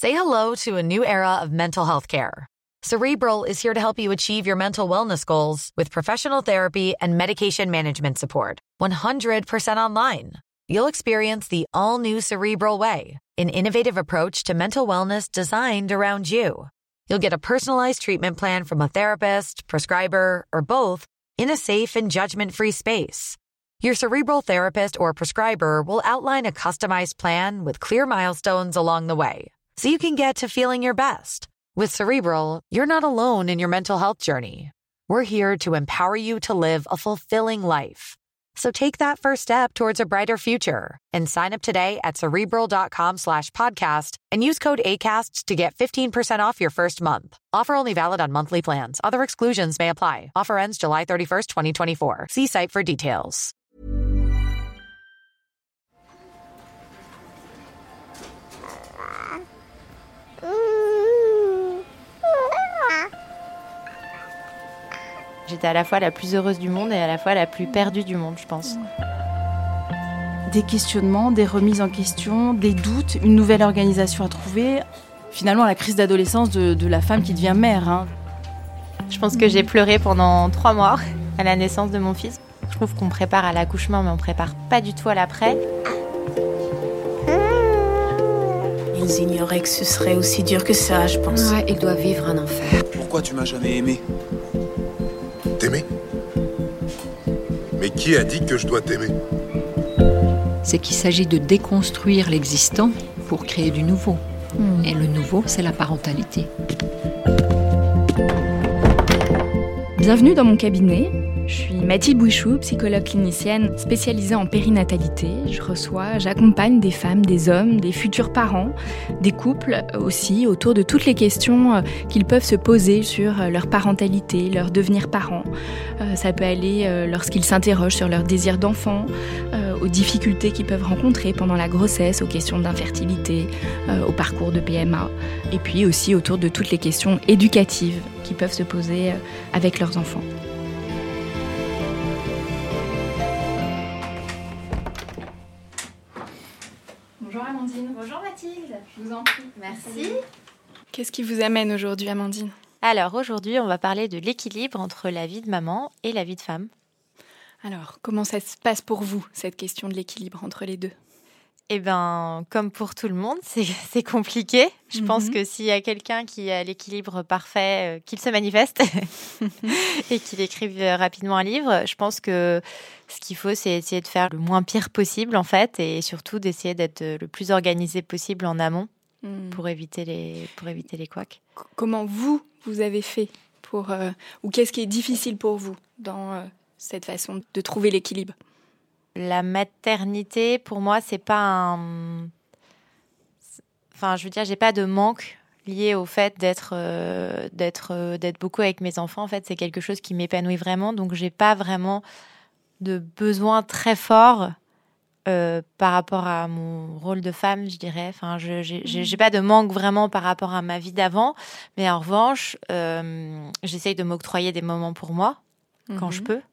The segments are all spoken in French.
Say hello to a new era of mental health care. Cerebral is here to help you achieve your mental wellness goals with professional therapy and medication management support. 100% online. You'll experience the all-new Cerebral Way, an innovative approach to mental wellness designed around you. You'll get a personalized treatment plan from a therapist, prescriber, or both in a safe and judgment-free space. Your Cerebral therapist or prescriber will outline a customized plan with clear milestones along the way, so you can get to feeling your best. With Cerebral, you're not alone in your mental health journey. We're here to empower you to live a fulfilling life. So take that first step towards a brighter future and sign up today at Cerebral.com/podcast and use code ACAST to get 15% off your first month. Offer only valid on monthly plans. Other exclusions may apply. Offer ends July 31st, 2024. See site for details. J'étais à la fois la plus heureuse du monde et à la fois la plus perdue du monde, je pense. Des questionnements, des remises en question, des doutes, une nouvelle organisation à trouver. Finalement, la crise d'adolescence de la femme qui devient mère. Hein. Je pense que j'ai pleuré pendant 3 mois à la naissance de mon fils. Je trouve qu'on prépare à l'accouchement, mais on prépare pas du tout à l'après. Ils ignoraient que ce serait aussi dur que ça, je pense. Ouais, ils doivent vivre un enfer. Pourquoi tu m'as jamais aimé ? T'aimer ? Mais qui a dit que je dois t'aimer ? C'est qu'il s'agit de déconstruire l'existant pour créer du nouveau. Et le nouveau, c'est la parentalité. Bienvenue dans mon cabinet. Je suis Mathilde Bouichou, psychologue clinicienne spécialisée en périnatalité. J'accompagne des femmes, des hommes, des futurs parents, des couples aussi, autour de toutes les questions qu'ils peuvent se poser sur leur parentalité, leur devenir parent. Ça peut aller lorsqu'ils s'interrogent sur leur désir d'enfant, aux difficultés qu'ils peuvent rencontrer pendant la grossesse, aux questions d'infertilité, au parcours de PMA, et puis aussi autour de toutes les questions éducatives qu'ils peuvent se poser avec leurs enfants. Bonjour Amandine. Bonjour Mathilde. Je vous en prie. Merci. Qu'est-ce qui vous amène aujourd'hui, Amandine ? Alors aujourd'hui, on va parler de l'équilibre entre la vie de maman et la vie de femme. Alors, comment ça se passe pour vous, cette question de l'équilibre entre les deux ? Eh bien, comme pour tout le monde, c'est compliqué. Je pense que s'il y a quelqu'un qui a l'équilibre parfait, qu'il se manifeste et qu'il écrive rapidement un livre, je pense que ce qu'il faut, c'est essayer de faire le moins pire possible, en fait, et surtout d'essayer d'être le plus organisé possible en amont pour éviter les couacs. Comment vous avez fait pour... ou qu'est-ce qui est difficile pour vous dans cette façon de trouver l'équilibre ? La maternité, pour moi, c'est pas un... Enfin, je veux dire, j'ai pas de manque lié au fait d'être beaucoup avec mes enfants. En fait, c'est quelque chose qui m'épanouit vraiment. Donc, j'ai pas vraiment de besoin très fort par rapport à mon rôle de femme, je dirais. Enfin, j'ai pas de manque vraiment par rapport à ma vie d'avant. Mais en revanche, j'essaye de m'octroyer des moments pour moi quand je peux.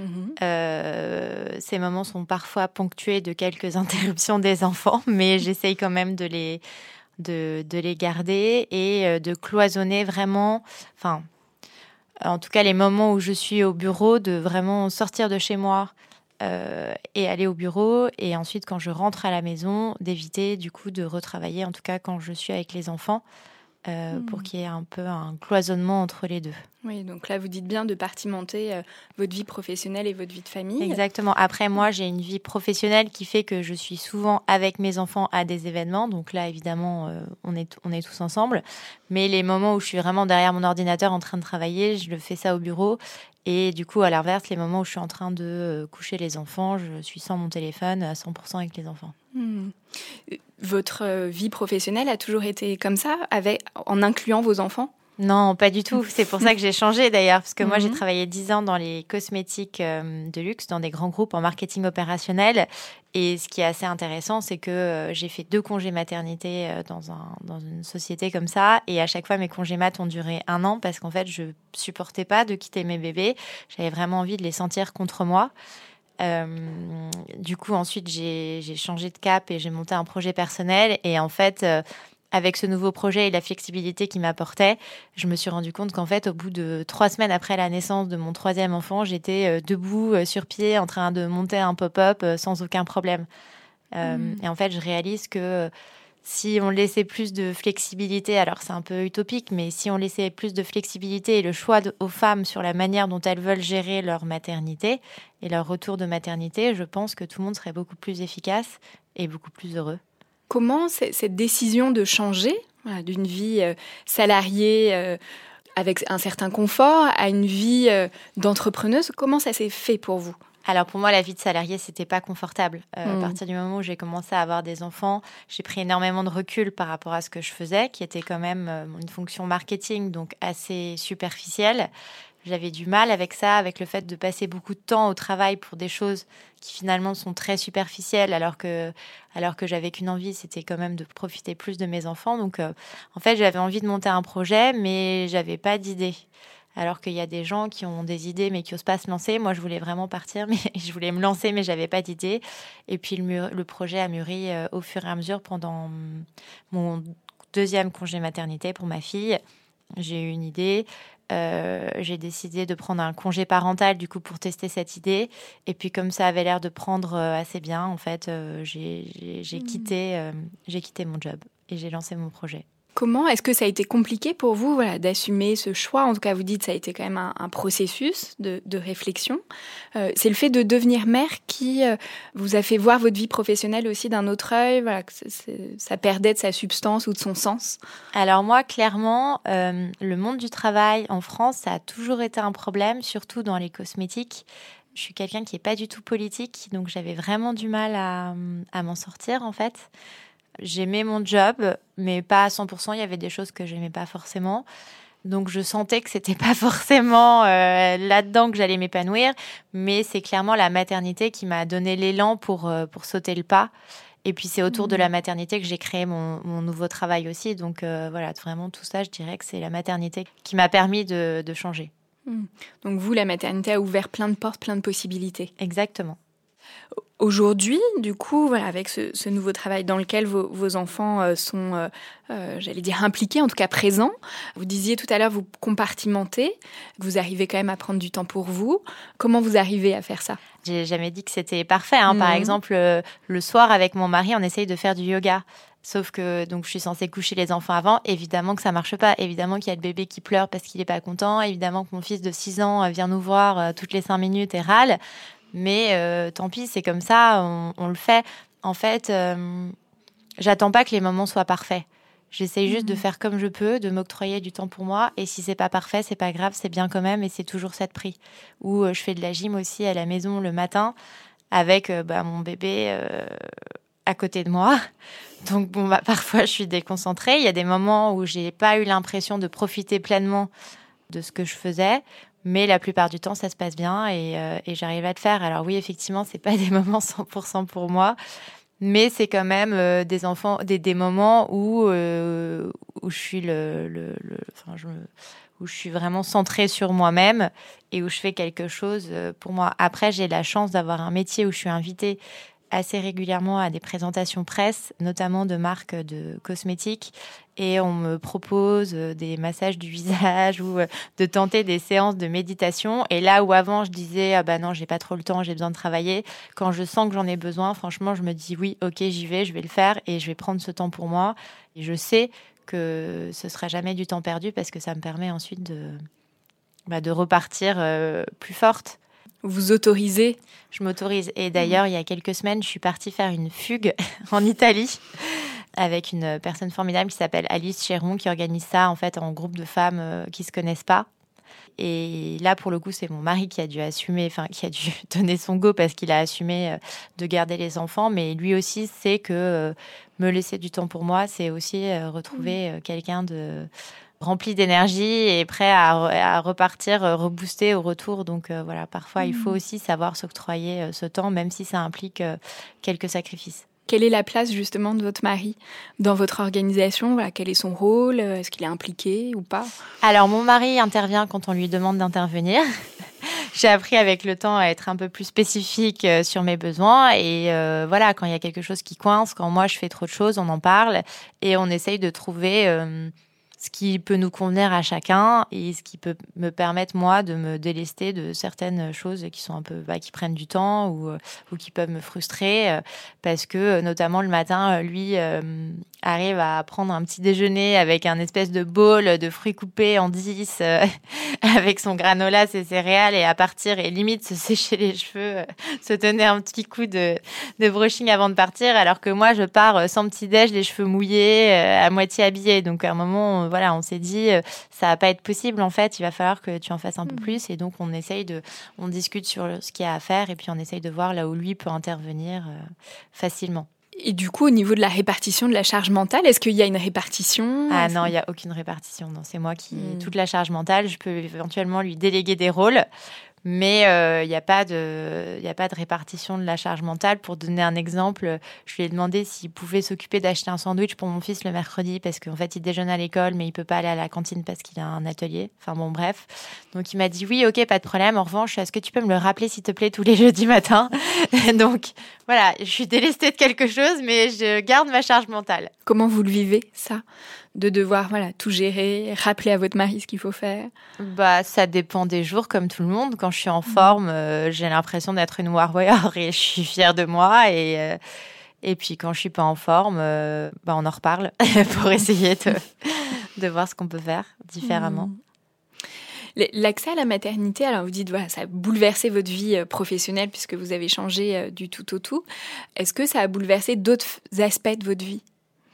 Ces moments sont parfois ponctués de quelques interruptions des enfants, mais j'essaye quand même de les garder et de cloisonner vraiment, enfin, en tout cas les moments où je suis au bureau, de vraiment sortir de chez moi et aller au bureau, et ensuite quand je rentre à la maison, d'éviter du coup de retravailler, en tout cas quand je suis avec les enfants, pour qu'il y ait un peu un cloisonnement entre les deux. Oui, donc là, vous dites bien de partimenter votre vie professionnelle et votre vie de famille. Exactement. Après, moi, j'ai une vie professionnelle qui fait que je suis souvent avec mes enfants à des événements. Donc là, évidemment, on est tous ensemble. Mais les moments où je suis vraiment derrière mon ordinateur en train de travailler, je le fais ça au bureau. Et du coup, à l'inverse, les moments où je suis en train de coucher les enfants, je suis sans mon téléphone à 100% avec les enfants. Votre vie professionnelle a toujours été comme ça, en incluant vos enfants ? Non, pas du tout. C'est pour ça que j'ai changé d'ailleurs, parce que moi, j'ai travaillé 10 ans dans les cosmétiques de luxe, dans des grands groupes en marketing opérationnel. Et ce qui est assez intéressant, c'est que j'ai fait 2 congés maternité dans une société comme ça. Et à chaque fois, mes congés mat ont duré 1 an parce qu'en fait, je supportais pas de quitter mes bébés. J'avais vraiment envie de les sentir contre moi. Du coup, ensuite, j'ai changé de cap et j'ai monté un projet personnel. Et en fait, avec ce nouveau projet et la flexibilité qu'il m'apportait, je me suis rendu compte qu'en fait, au bout de 3 semaines après la naissance de mon 3e enfant, j'étais debout, sur pied, en train de monter un pop-up sans aucun problème. Et en fait, je réalise que si on laissait plus de flexibilité, alors c'est un peu utopique, mais si on laissait plus de flexibilité et le choix aux femmes sur la manière dont elles veulent gérer leur maternité et leur retour de maternité, je pense que tout le monde serait beaucoup plus efficace et beaucoup plus heureux. Comment cette décision de changer d'une vie salariée avec un certain confort à une vie d'entrepreneuse, comment ça s'est fait pour vous ? Alors pour moi, la vie de salarié, c'était pas confortable. À partir du moment où j'ai commencé à avoir des enfants, j'ai pris énormément de recul par rapport à ce que je faisais, qui était quand même une fonction marketing, donc assez superficielle. J'avais du mal avec ça, avec le fait de passer beaucoup de temps au travail pour des choses qui finalement sont très superficielles, alors que j'avais qu'une envie, c'était quand même de profiter plus de mes enfants. Donc en fait, j'avais envie de monter un projet, mais j'avais pas d'idée. Alors qu'il y a des gens qui ont des idées mais qui n'osent pas se lancer. Moi, je voulais vraiment partir, mais je voulais me lancer, mais j'avais pas d'idée. Et puis le projet a mûri au fur et à mesure pendant mon 2e congé maternité pour ma fille. J'ai eu une idée. J'ai décidé de prendre un congé parental du coup pour tester cette idée. Et puis comme ça avait l'air de prendre assez bien, en fait, j'ai quitté mon job et j'ai lancé mon projet. Comment est-ce que ça a été compliqué pour vous d'assumer ce choix ? En tout cas, vous dites que ça a été quand même un processus de réflexion. C'est le fait de devenir mère qui vous a fait voir votre vie professionnelle aussi d'un autre œil, que ça perdait de sa substance ou de son sens ? Alors moi, clairement, le monde du travail en France, ça a toujours été un problème, surtout dans les cosmétiques. Je suis quelqu'un qui n'est pas du tout politique, donc j'avais vraiment du mal à m'en sortir en fait. J'aimais mon job, mais pas à 100%. Il y avait des choses que j'aimais pas forcément. Donc, je sentais que c'était pas forcément là-dedans que j'allais m'épanouir. Mais c'est clairement la maternité qui m'a donné l'élan pour sauter le pas. Et puis, c'est autour de la maternité que j'ai créé mon nouveau travail aussi. Donc, voilà, vraiment tout ça, je dirais que c'est la maternité qui m'a permis de changer. Donc, vous, la maternité a ouvert plein de portes, plein de possibilités. Exactement. Aujourd'hui, du coup, avec ce nouveau travail dans lequel vos enfants sont, j'allais dire, impliqués, en tout cas présents. Vous disiez tout à l'heure, vous compartimentez, vous arrivez quand même à prendre du temps pour vous. Comment vous arrivez à faire ça ? J'ai jamais dit que c'était parfait. Par exemple, le soir, avec mon mari, on essaye de faire du yoga. Sauf que donc je suis censée coucher les enfants avant. Évidemment que ça marche pas. Évidemment qu'il y a le bébé qui pleure parce qu'il est pas content. Évidemment que mon fils de 6 ans vient nous voir toutes les 5 minutes et râle. Mais tant pis, c'est comme ça, on le fait. En fait, j'attends pas que les moments soient parfaits. J'essaye juste de faire comme je peux, de m'octroyer du temps pour moi. Et si c'est pas parfait, c'est pas grave, c'est bien quand même. Et c'est toujours ça de prix. Ou je fais de la gym aussi à la maison le matin avec mon bébé à côté de moi. Donc parfois, je suis déconcentrée. Il y a des moments où j'ai pas eu l'impression de profiter pleinement de ce que je faisais. Mais la plupart du temps, ça se passe bien et j'arrive à le faire. Alors oui, effectivement, c'est pas des moments 100% pour moi, mais c'est quand même des moments où je suis où je suis vraiment centrée sur moi-même et où je fais quelque chose pour moi. Après, j'ai la chance d'avoir un métier où je suis invitée assez régulièrement à des présentations presse, notamment de marques de cosmétiques. Et on me propose des massages du visage ou de tenter des séances de méditation. Et là où avant, je disais « non, j'ai pas trop le temps, j'ai besoin de travailler », quand je sens que j'en ai besoin, franchement, je me dis « oui, ok, j'y vais, je vais le faire et je vais prendre ce temps pour moi ». Et je sais que ce sera jamais du temps perdu parce que ça me permet ensuite de repartir plus forte. Vous autorisez ? Je m'autorise. Et d'ailleurs, il y a quelques semaines, je suis partie faire une fugue en Italie avec une personne formidable qui s'appelle Alice Chéron, qui organise ça en fait en groupe de femmes qui se connaissent pas. Et là, pour le coup, c'est mon mari qui a dû donner son go parce qu'il a assumé de garder les enfants. Mais lui aussi sait que me laisser du temps pour moi, c'est aussi retrouver quelqu'un de rempli d'énergie et prêt à repartir, rebooster au retour. Donc voilà, parfois, il faut aussi savoir s'octroyer ce temps, même si ça implique quelques sacrifices. Quelle est la place justement de votre mari dans votre organisation ? Quel est son rôle ? Est-ce qu'il est impliqué ou pas ? Alors, mon mari intervient quand on lui demande d'intervenir. j'ai appris avec le temps à être un peu plus spécifique sur mes besoins. Et voilà, quand il y a quelque chose qui coince, quand moi je fais trop de choses, on en parle et on essaye de trouver ce qui peut nous convenir à chacun et ce qui peut me permettre, moi, de me délester de certaines choses qui sont un peu, qui prennent du temps ou qui peuvent me frustrer. Parce que, notamment, le matin, lui arrive à prendre un petit déjeuner avec un espèce de bowl de fruits coupés en 10 avec son granola, ses céréales et à partir et limite se sécher les cheveux, se donner un petit coup de brushing avant de partir, alors que moi, je pars sans petit-déj, les cheveux mouillés, à moitié habillée. Donc, à un moment, voilà, on s'est dit, ça va pas être possible, en fait, il va falloir que tu en fasses un peu plus. Et donc, on discute sur ce qu'il y a à faire et puis on essaye de voir là où lui peut intervenir facilement. Et du coup, au niveau de la répartition de la charge mentale, est-ce qu'il y a une répartition ? Ah non, il n'y a aucune répartition. Non, c'est moi qui ai toute la charge mentale. Je peux éventuellement lui déléguer des rôles, mais il n'y a pas de répartition de la charge mentale. Pour donner un exemple, je lui ai demandé s'il pouvait s'occuper d'acheter un sandwich pour mon fils le mercredi, parce qu'en fait, il déjeune à l'école, mais il ne peut pas aller à la cantine parce qu'il a un atelier. Enfin bon, bref. Donc, il m'a dit oui, ok, pas de problème. En revanche, est-ce que tu peux me le rappeler, s'il te plaît, tous les jeudis matins ? Donc, voilà, je suis délestée de quelque chose, mais je garde ma charge mentale. Comment vous le vivez, ça ? De devoir tout gérer, rappeler à votre mari ce qu'il faut faire? Ça dépend des jours, comme tout le monde. Quand je suis en forme, j'ai l'impression d'être une warrior et je suis fière de moi. Et puis quand je suis pas en forme, on en reparle pour essayer de voir ce qu'on peut faire différemment. L'accès à la maternité, alors vous dites, ça a bouleversé votre vie professionnelle puisque vous avez changé du tout au tout. Est-ce que ça a bouleversé d'autres aspects de votre vie ?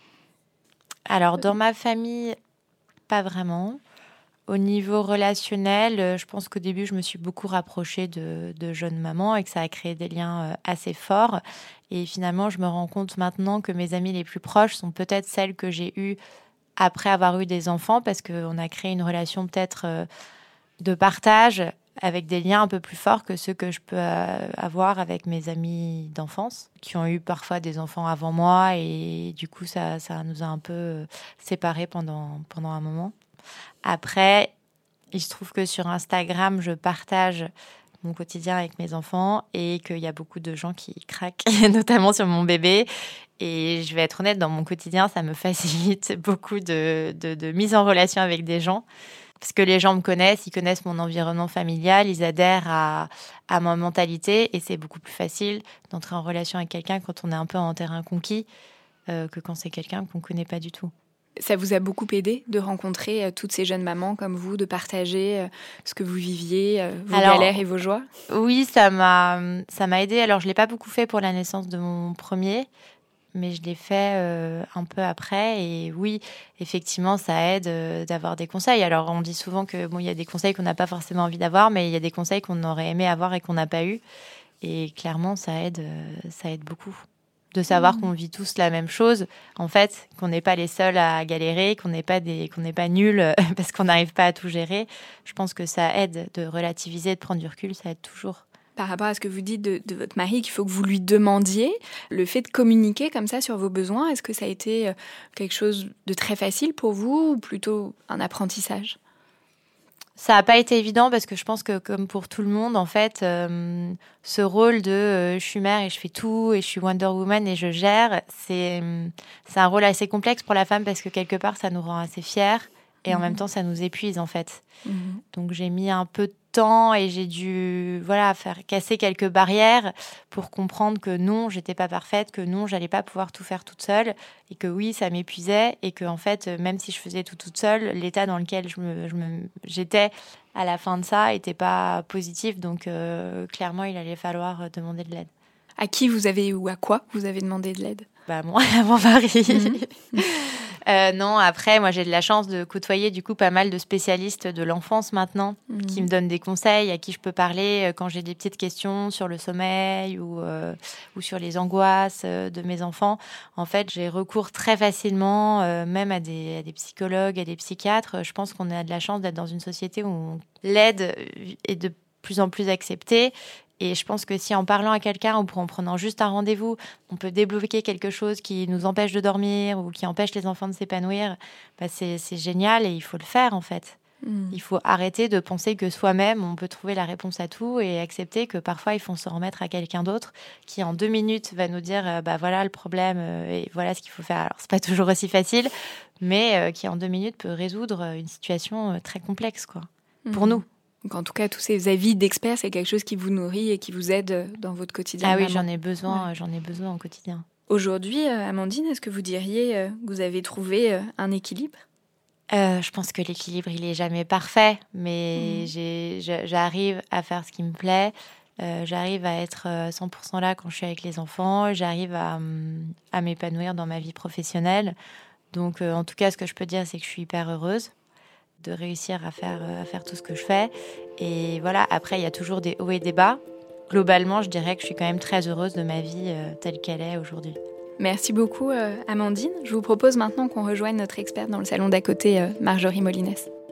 Alors, dans ma famille, pas vraiment. Au niveau relationnel, je pense qu'au début, je me suis beaucoup rapprochée de jeunes mamans et que ça a créé des liens assez forts. Et finalement, je me rends compte maintenant que mes amies les plus proches sont peut-être celles que j'ai eues après avoir eu des enfants, parce qu'on a créé une relation peut-être de partage avec des liens un peu plus forts que ceux que je peux avoir avec mes amis d'enfance, qui ont eu parfois des enfants avant moi, et du coup, ça nous a un peu séparés pendant un moment. Après, il se trouve que sur Instagram, je partage mon quotidien avec mes enfants et qu'il y a beaucoup de gens qui craquent, notamment sur mon bébé. Et je vais être honnête, dans mon quotidien, ça me facilite beaucoup de mise en relation avec des gens. Parce que les gens me connaissent, ils connaissent mon environnement familial, ils adhèrent à ma mentalité et c'est beaucoup plus facile d'entrer en relation avec quelqu'un quand on est un peu en terrain conquis que quand c'est quelqu'un qu'on ne connaît pas du tout. Ça vous a beaucoup aidé de rencontrer toutes ces jeunes mamans comme vous, de partager ce que vous viviez, vos galères et vos joies ? Oui, ça m'a aidé. Alors, je ne l'ai pas beaucoup fait pour la naissance de mon premier, mais je l'ai fait un peu après. Et oui, effectivement, ça aide d'avoir des conseils. Alors, on dit souvent que il y a des conseils qu'on n'a pas forcément envie d'avoir, mais il y a des conseils qu'on aurait aimé avoir et qu'on n'a pas eu. Et clairement, ça aide beaucoup. De savoir qu'on vit tous la même chose, en fait, qu'on n'est pas les seuls à galérer, qu'on n'est pas nuls parce qu'on n'arrive pas à tout gérer. Je pense que ça aide de relativiser, de prendre du recul, ça aide toujours. Par rapport à ce que vous dites de votre mari, qu'il faut que vous lui demandiez, le fait de communiquer comme ça sur vos besoins, est-ce que ça a été quelque chose de très facile pour vous ou plutôt un apprentissage ? Ça n'a pas été évident parce que je pense que, comme pour tout le monde, en fait, ce rôle de je suis mère et je fais tout et je suis Wonder Woman et je gère, c'est un rôle assez complexe pour la femme parce que quelque part, ça nous rend assez fiers et en même temps, ça nous épuise, en fait. Donc, j'ai mis un peu de temps et j'ai dû faire casser quelques barrières pour comprendre que non, j'étais pas parfaite, que non, j'allais pas pouvoir tout faire toute seule et que oui, ça m'épuisait et que en fait, même si je faisais tout toute seule, l'état dans lequel j'étais à la fin de ça était pas positif. Donc clairement, il allait falloir demander de l'aide. À qui vous avez ou à quoi vous avez demandé de l'aide ? Moi, à mon mari. Non, après, moi, j'ai de la chance de côtoyer du coup pas mal de spécialistes de l'enfance maintenant qui me donnent des conseils, à qui je peux parler quand j'ai des petites questions sur le sommeil ou sur les angoisses de mes enfants. En fait, j'ai recours très facilement, même à des psychologues, à des psychiatres. Je pense qu'on a de la chance d'être dans une société où l'aide est de plus en plus acceptée. Et je pense que si en parlant à quelqu'un ou en prenant juste un rendez-vous, on peut débloquer quelque chose qui nous empêche de dormir ou qui empêche les enfants de s'épanouir, c'est génial et il faut le faire en fait. Il faut arrêter de penser que soi-même, on peut trouver la réponse à tout et accepter que parfois, il faut se remettre à quelqu'un d'autre qui, en 2 minutes, va nous dire voilà le problème et voilà ce qu'il faut faire. Alors, c'est pas toujours aussi facile, mais qui, en 2 minutes, peut résoudre une situation très complexe, quoi, pour nous. Donc, en tout cas, tous ces avis d'experts, c'est quelque chose qui vous nourrit et qui vous aide dans votre quotidien. Ah oui, j'en ai besoin au quotidien. Aujourd'hui, Amandine, est-ce que vous diriez que vous avez trouvé un équilibre ? Je pense que l'équilibre, il est jamais parfait, mais j'arrive à faire ce qui me plaît. J'arrive à être 100% là quand je suis avec les enfants. J'arrive à m'épanouir dans ma vie professionnelle. Donc, en tout cas, ce que je peux dire, c'est que je suis hyper heureuse de réussir à faire tout ce que je fais. Et voilà, après, il y a toujours des hauts et des bas. Globalement, je dirais que je suis quand même très heureuse de ma vie telle qu'elle est aujourd'hui. Merci beaucoup, Amandine. Je vous propose maintenant qu'on rejoigne notre experte dans le salon d'à côté, Marjorie Molines.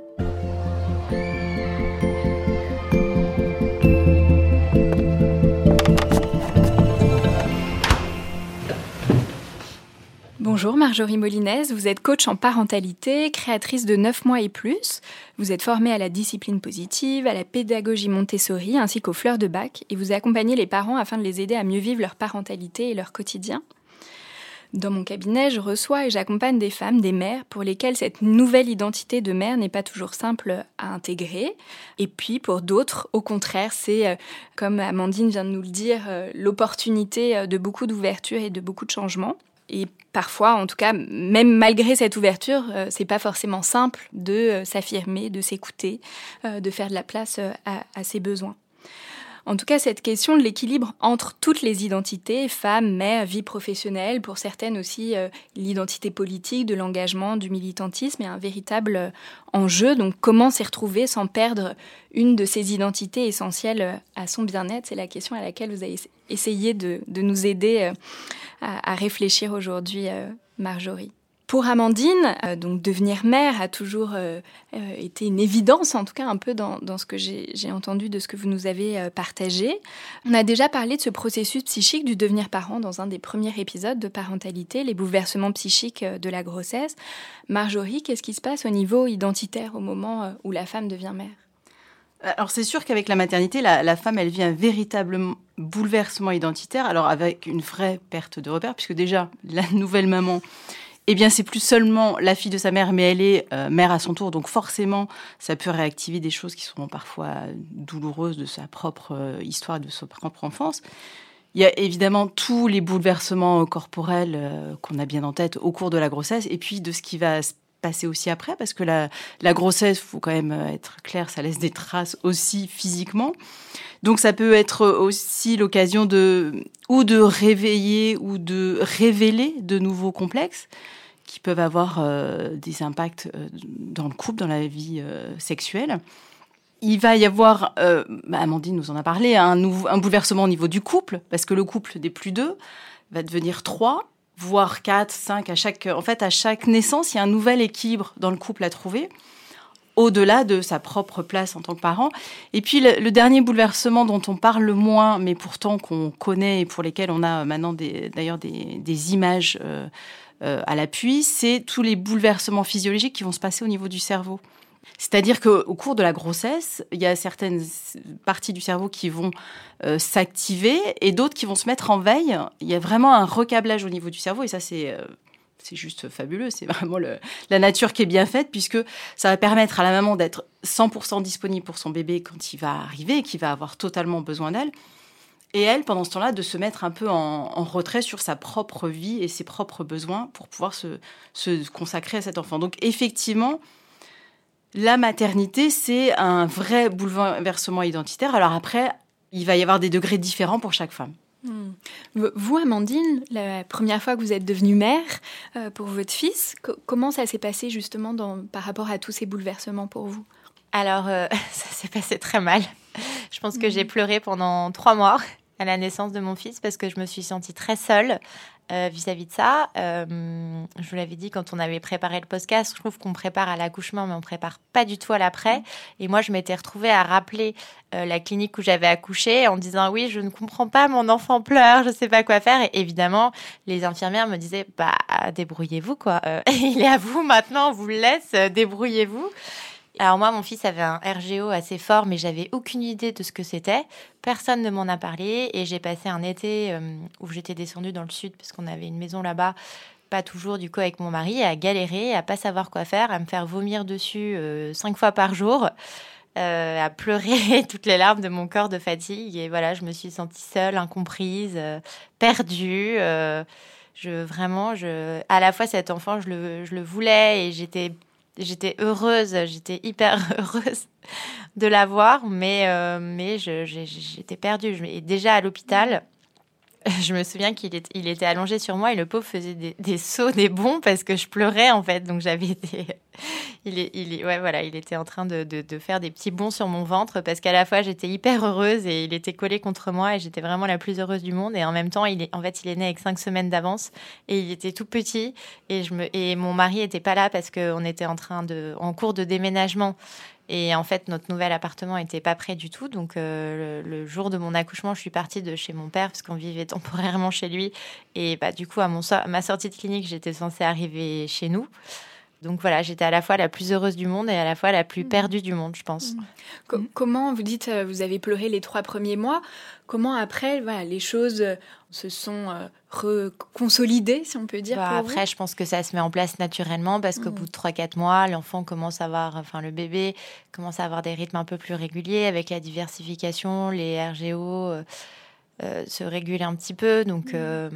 Bonjour Marjorie Molines, vous êtes coach en parentalité, créatrice de 9 mois et plus. Vous êtes formée à la discipline positive, à la pédagogie Montessori ainsi qu'aux fleurs de bac et vous accompagnez les parents afin de les aider à mieux vivre leur parentalité et leur quotidien. Dans mon cabinet, je reçois et j'accompagne des femmes, des mères, pour lesquelles cette nouvelle identité de mère n'est pas toujours simple à intégrer. Et puis, pour d'autres, au contraire, c'est, comme Amandine vient de nous le dire, l'opportunité de beaucoup d'ouverture et de beaucoup de changements. Et parfois, en tout cas, même malgré cette ouverture, c'est pas forcément simple de s'affirmer, de s'écouter, de faire de la place à ses besoins. En tout cas, cette question de l'équilibre entre toutes les identités, femmes, mères, vie professionnelle, pour certaines aussi l'identité politique, de l'engagement, du militantisme, est un véritable enjeu. Donc, comment s'y retrouver sans perdre une de ces identités essentielles à son bien-être ? C'est la question à laquelle vous avez essayé de nous aider à réfléchir aujourd'hui, Marjorie. Pour Amandine, donc devenir mère a toujours été une évidence, en tout cas un peu dans ce que j'ai entendu de ce que vous nous avez partagé. On a déjà parlé de ce processus psychique du devenir parent dans un des premiers épisodes de parentalité, les bouleversements psychiques de la grossesse. Marjorie, qu'est-ce qui se passe au niveau identitaire au moment où la femme devient mère ? Alors c'est sûr qu'avec la maternité, la femme, elle vit un véritable bouleversement identitaire, alors avec une vraie perte de repères, puisque déjà, la nouvelle maman, eh bien, c'est plus seulement la fille de sa mère, mais elle est mère à son tour. Donc forcément, ça peut réactiver des choses qui sont parfois douloureuses de sa propre histoire, de sa propre enfance. Il y a évidemment tous les bouleversements corporels qu'on a bien en tête au cours de la grossesse, et puis de ce qui va se passer aussi après, parce que la grossesse, il faut quand même être clair, ça laisse des traces aussi physiquement. Donc ça peut être aussi l'occasion de réveiller ou de révéler de nouveaux complexes qui peuvent avoir des impacts dans le couple, dans la vie sexuelle. Il va y avoir, Amandine nous en a parlé, un bouleversement au niveau du couple, parce que le couple des plus 2 va devenir 3, voire 4, 5. À chaque naissance, il y a un nouvel équilibre dans le couple à trouver, au-delà de sa propre place en tant que parent. Et puis, le dernier bouleversement dont on parle le moins, mais pourtant qu'on connaît et pour lesquels on a maintenant des images à l'appui, c'est tous les bouleversements physiologiques qui vont se passer au niveau du cerveau. C'est-à-dire qu'au cours de la grossesse, il y a certaines parties du cerveau qui vont s'activer et d'autres qui vont se mettre en veille. Il y a vraiment un recablage au niveau du cerveau et ça, c'est juste fabuleux. C'est vraiment la nature qui est bien faite puisque ça va permettre à la maman d'être 100% disponible pour son bébé quand il va arriver et qu'il va avoir totalement besoin d'elle. Et elle, pendant ce temps-là, de se mettre un peu en retrait sur sa propre vie et ses propres besoins pour pouvoir se consacrer à cet enfant. Donc effectivement, la maternité, c'est un vrai bouleversement identitaire. Alors après, il va y avoir des degrés différents pour chaque femme. Vous, Amandine, la première fois que vous êtes devenue mère pour votre fils, comment ça s'est passé justement par rapport à tous ces bouleversements pour vous ? Alors, ça s'est passé très mal. Je pense que j'ai pleuré pendant 3 mois à la naissance de mon fils parce que je me suis sentie très seule vis-à-vis de ça. Je vous l'avais dit quand on avait préparé le podcast, je trouve qu'on prépare à l'accouchement, mais on prépare pas du tout à l'après. Et moi, je m'étais retrouvée à rappeler la clinique où j'avais accouché en disant « Oui, je ne comprends pas, mon enfant pleure, je sais pas quoi faire. » Et évidemment, les infirmières me disaient « Bah, débrouillez-vous, quoi. Il est à vous maintenant, on vous le laisse, débrouillez-vous. » Alors moi, mon fils avait un RGO assez fort, mais j'avais aucune idée de ce que c'était. Personne ne m'en a parlé et j'ai passé un été où j'étais descendue dans le sud parce qu'on avait une maison là-bas, pas toujours du coup avec mon mari, à galérer, à pas savoir quoi faire, à me faire vomir dessus 5 fois par jour, à pleurer toutes les larmes de mon corps de fatigue. Et voilà, je me suis sentie seule, incomprise, perdue. À la fois cet enfant, je le voulais et j'étais heureuse, j'étais hyper heureuse de l'avoir, mais j'étais perdue. Et déjà à l'hôpital, je me souviens qu'il était allongé sur moi et le pauvre faisait des sauts, des bonds parce que je pleurais en fait. Donc j'avais été... il était en train de faire des petits bonds sur mon ventre parce qu'à la fois j'étais hyper heureuse et il était collé contre moi et j'étais vraiment la plus heureuse du monde. Et en même temps, il est né avec 5 semaines d'avance et il était tout petit et mon mari était pas là parce qu'on était en cours de déménagement. Et en fait, notre nouvel appartement n'était pas prêt du tout. Donc, le jour de mon accouchement, je suis partie de chez mon père parce qu'on vivait temporairement chez lui. Et du coup, à ma sortie de clinique, j'étais censée arriver chez nous. Donc voilà, j'étais à la fois la plus heureuse du monde et à la fois la plus perdue du monde, je pense. Comment, vous dites, vous avez pleuré les 3 premiers mois. Comment après, les choses se sont reconsolidées, si on peut dire pour après, vous? Je pense que ça se met en place naturellement parce qu'au bout de 3-4 mois, l'enfant le bébé commence à avoir des rythmes un peu plus réguliers avec la diversification, les RGO... se réguler un petit peu, donc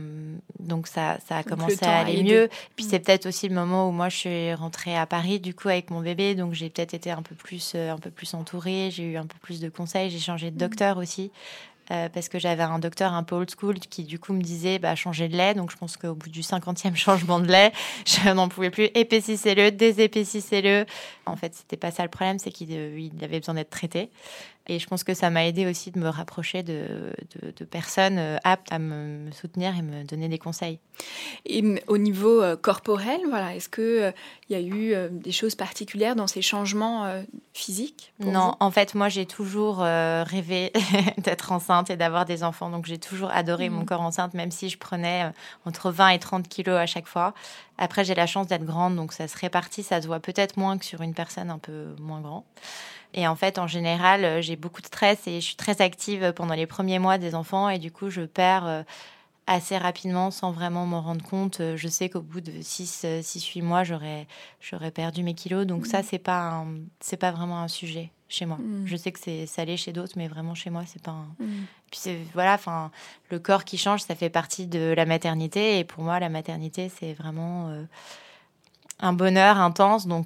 ça a commencé à aller mieux. Puis c'est peut-être aussi le moment où moi je suis rentrée à Paris du coup avec mon bébé, donc j'ai peut-être été un peu plus entourée, j'ai eu un peu plus de conseils, j'ai changé de docteur aussi. Parce que j'avais un docteur un peu old school qui du coup me disait changer de lait, donc je pense qu'au bout du 50e changement de lait, je n'en pouvais plus. Épaississez-le, désépaississez-le. En fait, c'était pas ça le problème, c'est qu'il avait besoin d'être traité. Et je pense que ça m'a aidé aussi de me rapprocher de personnes aptes à me soutenir et me donner des conseils. Et au niveau corporel, est-ce qu'il y a eu des choses particulières dans ces changements physiques pour Non, vous? En fait, moi, j'ai toujours rêvé d'être enceinte et d'avoir des enfants. Donc, j'ai toujours adoré mon corps enceinte, même si je prenais entre 20 et 30 kilos à chaque fois. Après, j'ai la chance d'être grande, donc ça se répartit. Ça se voit peut-être moins que sur une personne un peu moins grande. Et en fait, en général, j'ai beaucoup de stress et je suis très active pendant les premiers mois des enfants. Et du coup, je perds assez rapidement sans vraiment m'en rendre compte. Je sais qu'au bout de 6-8 mois, j'aurais perdu mes kilos. Donc ça, c'est pas vraiment un sujet chez moi. Je sais que ça l'est chez d'autres, mais vraiment chez moi, c'est pas un... Puis le corps qui change, ça fait partie de la maternité. Et pour moi, la maternité, c'est vraiment... un bonheur intense, donc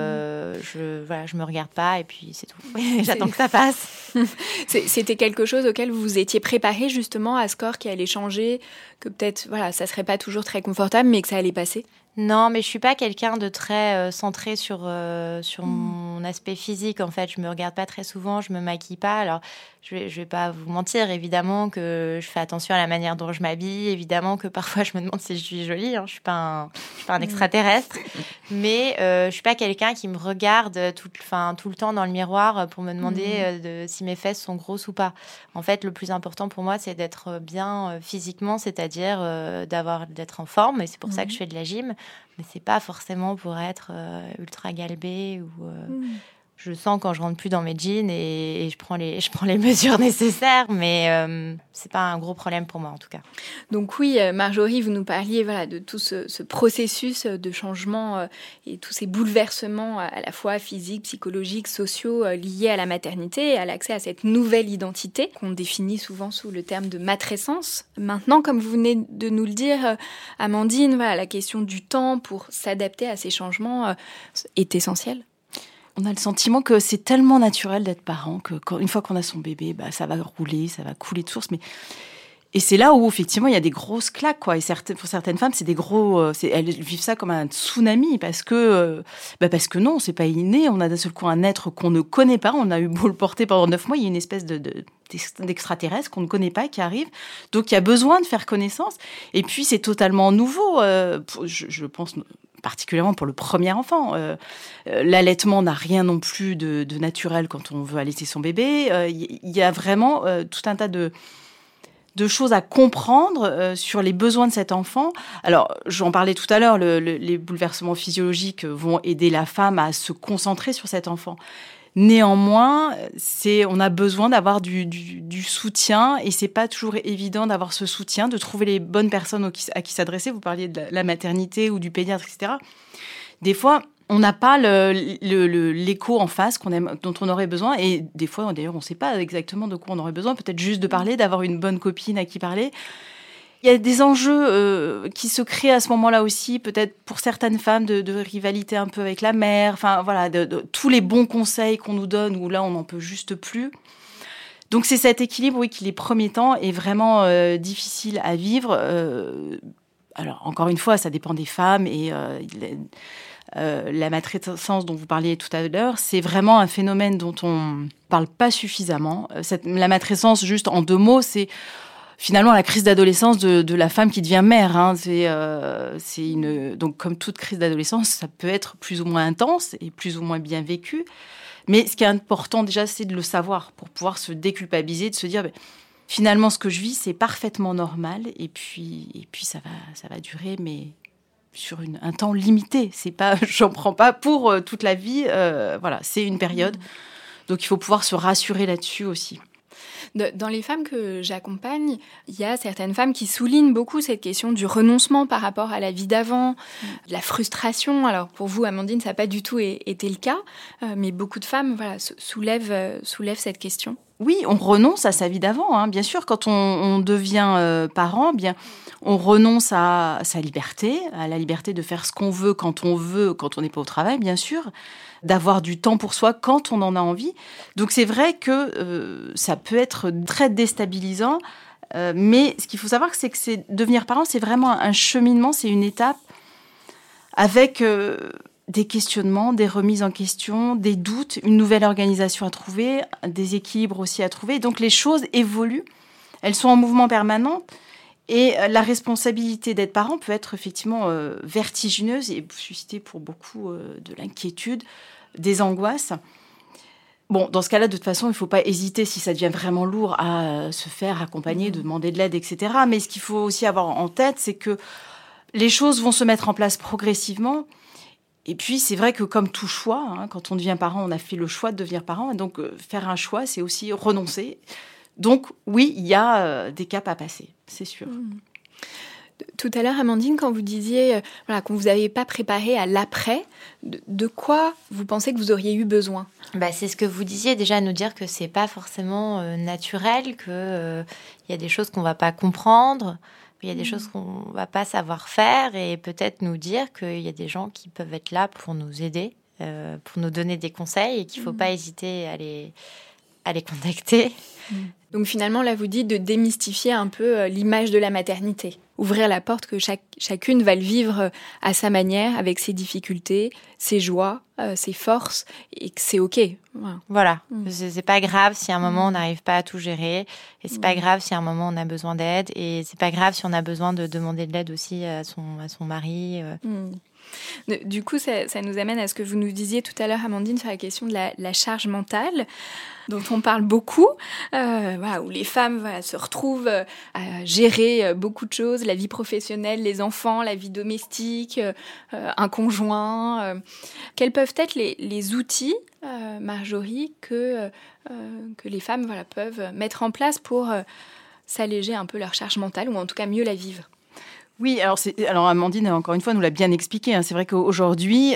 je me regarde pas et puis c'est tout. J'attends que ça passe. C'était quelque chose auquel vous vous étiez préparé justement à ce corps qui allait changer, que peut-être ça serait pas toujours très confortable, mais que ça allait passer? Non, mais je suis pas quelqu'un de très centré sur mon aspect physique. En fait, je me regarde pas très souvent, je me maquille pas. Alors, je vais pas vous mentir, évidemment que je fais attention à la manière dont je m'habille. Évidemment que parfois je me demande si je suis jolie. Je suis pas un extraterrestre, mais je suis pas quelqu'un qui me regarde tout le temps dans le miroir pour me demander si mes fesses sont grosses ou pas. En fait, le plus important pour moi, c'est d'être bien physiquement, c'est-à-dire d'être en forme. Et c'est pour ça que je fais de la gym. Mais c'est pas forcément pour être ultra galbée ou je sens quand je rentre plus dans mes jeans et je prends les mesures nécessaires, mais c'est pas un gros problème pour moi en tout cas. Donc oui, Marjorie, vous nous parliez de tout ce processus de changement et tous ces bouleversements à la fois physiques, psychologiques, sociaux liés à la maternité et à l'accès à cette nouvelle identité qu'on définit souvent sous le terme de matrescence. Maintenant, comme vous venez de nous le dire, Amandine, la question du temps pour s'adapter à ces changements est essentielle. On a le sentiment que c'est tellement naturel d'être parent qu'une fois qu'on a son bébé, ça va rouler, ça va couler de source. Et c'est là où, effectivement, il y a des grosses claques, quoi. Et pour certaines femmes, c'est des gros... elles vivent ça comme un tsunami parce que non, c'est pas inné. On a d'un seul coup un être qu'on ne connaît pas. On a eu beau le porter pendant 9 mois. Il y a une espèce d'extraterrestre qu'on ne connaît pas qui arrive. Donc, il y a besoin de faire connaissance. Et puis, c'est totalement nouveau. Je pense... particulièrement pour le premier enfant. L'allaitement n'a rien non plus de naturel quand on veut allaiter son bébé. Il y a vraiment tout un tas de de choses à comprendre sur les besoins de cet enfant. Alors, j'en parlais tout à l'heure, les bouleversements physiologiques vont aider la femme à se concentrer sur cet enfant. Néanmoins, on a besoin d'avoir du soutien et c'est pas toujours évident d'avoir ce soutien, de trouver les bonnes personnes à qui s'adresser. Vous parliez de la maternité ou du pédiatre, etc. Des fois, on n'a pas l'écho en face dont on aurait besoin. Et des fois, d'ailleurs, on ne sait pas exactement de quoi on aurait besoin. Peut-être juste de parler, d'avoir une bonne copine à qui parler. Il y a des enjeux qui se créent à ce moment-là aussi, peut-être pour certaines femmes, de rivalité un peu avec la mère. Enfin, voilà, de tous les bons conseils qu'on nous donne, où là, on n'en peut juste plus. Donc, c'est cet équilibre, oui, qui, les premiers temps, est vraiment difficile à vivre. Alors, encore une fois, ça dépend des femmes et la matrescence dont vous parliez tout à l'heure, c'est vraiment un phénomène dont on parle pas suffisamment. La matrescence, juste en 2 mots, c'est finalement la crise d'adolescence de la femme qui devient mère. Hein. Donc, comme toute crise d'adolescence, ça peut être plus ou moins intense et plus ou moins bien vécu. Mais ce qui est important déjà, c'est de le savoir pour pouvoir se déculpabiliser, de se dire finalement ce que je vis, c'est parfaitement normal. Et puis ça va durer, mais sur un temps limité. C'est pas, j'en prends pas pour toute la vie. Voilà, c'est une période. Donc il faut pouvoir se rassurer là-dessus aussi. Dans les femmes que j'accompagne, il y a certaines femmes qui soulignent beaucoup cette question du renoncement par rapport à la vie d'avant, la frustration. Alors pour vous, Amandine, ça n'a pas du tout été le cas, mais beaucoup de femmes soulèvent cette question. Oui, on renonce à sa vie d'avant, hein. Bien sûr, quand on devient parent, on renonce à sa liberté, à la liberté de faire ce qu'on veut, quand on n'est pas au travail, bien sûr, d'avoir du temps pour soi quand on en a envie. Donc c'est vrai que ça peut être très déstabilisant, mais ce qu'il faut savoir, c'est que devenir parent, c'est vraiment un cheminement, c'est une étape avec des questionnements, des remises en question, des doutes, une nouvelle organisation à trouver, des équilibres aussi à trouver. Donc les choses évoluent, elles sont en mouvement permanent. Et la responsabilité d'être parent peut être effectivement vertigineuse et susciter pour beaucoup de l'inquiétude, des angoisses. Bon, dans ce cas-là, de toute façon, il ne faut pas hésiter, si ça devient vraiment lourd, à se faire accompagner, de demander de l'aide, etc. Mais ce qu'il faut aussi avoir en tête, c'est que les choses vont se mettre en place progressivement. Et puis, c'est vrai que comme tout choix, hein, quand on devient parent, on a fait le choix de devenir parent. Donc, faire un choix, c'est aussi renoncer. Donc, oui, il y a des caps à passer, c'est sûr. Tout à l'heure, Amandine, quand vous disiez qu'on ne vous avait pas préparé à l'après, de quoi vous pensez que vous auriez eu besoin ? C'est ce que vous disiez déjà, nous dire que ce n'est pas forcément naturel, qu'il y a des choses qu'on ne va pas comprendre, il y a des choses qu'on ne va pas savoir faire, et peut-être nous dire qu'il y a des gens qui peuvent être là pour nous aider, pour nous donner des conseils, et qu'il ne faut pas hésiter à les contacter. Donc finalement, là, vous dites de démystifier un peu l'image de la maternité. Ouvrir la porte que chacune va le vivre à sa manière, avec ses difficultés, ses joies, ses forces, et que c'est OK. Voilà. C'est pas grave si à un moment on n'arrive pas à tout gérer, et c'est pas grave si à un moment on a besoin d'aide, et c'est pas grave si on a besoin de demander de l'aide aussi à son mari. Du coup, ça nous amène à ce que vous nous disiez tout à l'heure, Amandine, sur la question de la charge mentale, dont on parle beaucoup, où les femmes se retrouvent à gérer beaucoup de choses, la vie professionnelle, les enfants, la vie domestique, un conjoint. Quels peuvent être les outils, Marjorie, que les femmes peuvent mettre en place pour s'alléger un peu leur charge mentale, ou en tout cas mieux la vivre ? Oui, alors Amandine, encore une fois, nous l'a bien expliqué. Hein. C'est vrai qu'aujourd'hui,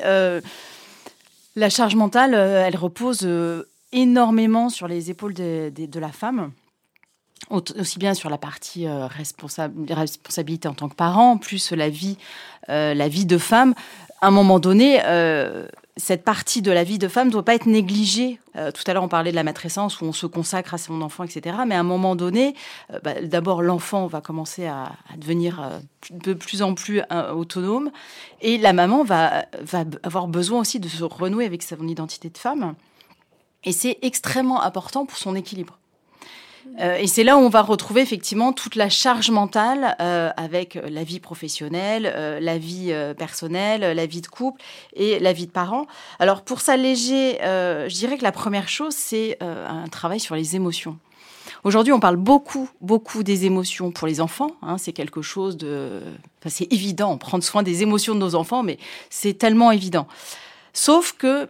la charge mentale, elle repose énormément sur les épaules de la femme, aussi bien sur la partie responsabilité en tant que parent, plus la vie de femme. À un moment donné, cette partie de la vie de femme ne doit pas être négligée. Tout à l'heure, on parlait de la matrescence où on se consacre à son enfant, etc. Mais à un moment donné, d'abord, l'enfant va commencer à devenir de plus en plus autonome. Et la maman va avoir besoin aussi de se renouer avec son identité de femme. Et c'est extrêmement important pour son équilibre. Et c'est là où on va retrouver effectivement toute la charge mentale avec la vie professionnelle, la vie personnelle, la vie de couple et la vie de parent. Alors pour s'alléger, je dirais que la première chose, c'est un travail sur les émotions. Aujourd'hui, on parle beaucoup des émotions pour les enfants. C'est quelque chose c'est évident, prendre soin des émotions de nos enfants, mais c'est tellement évident. Sauf que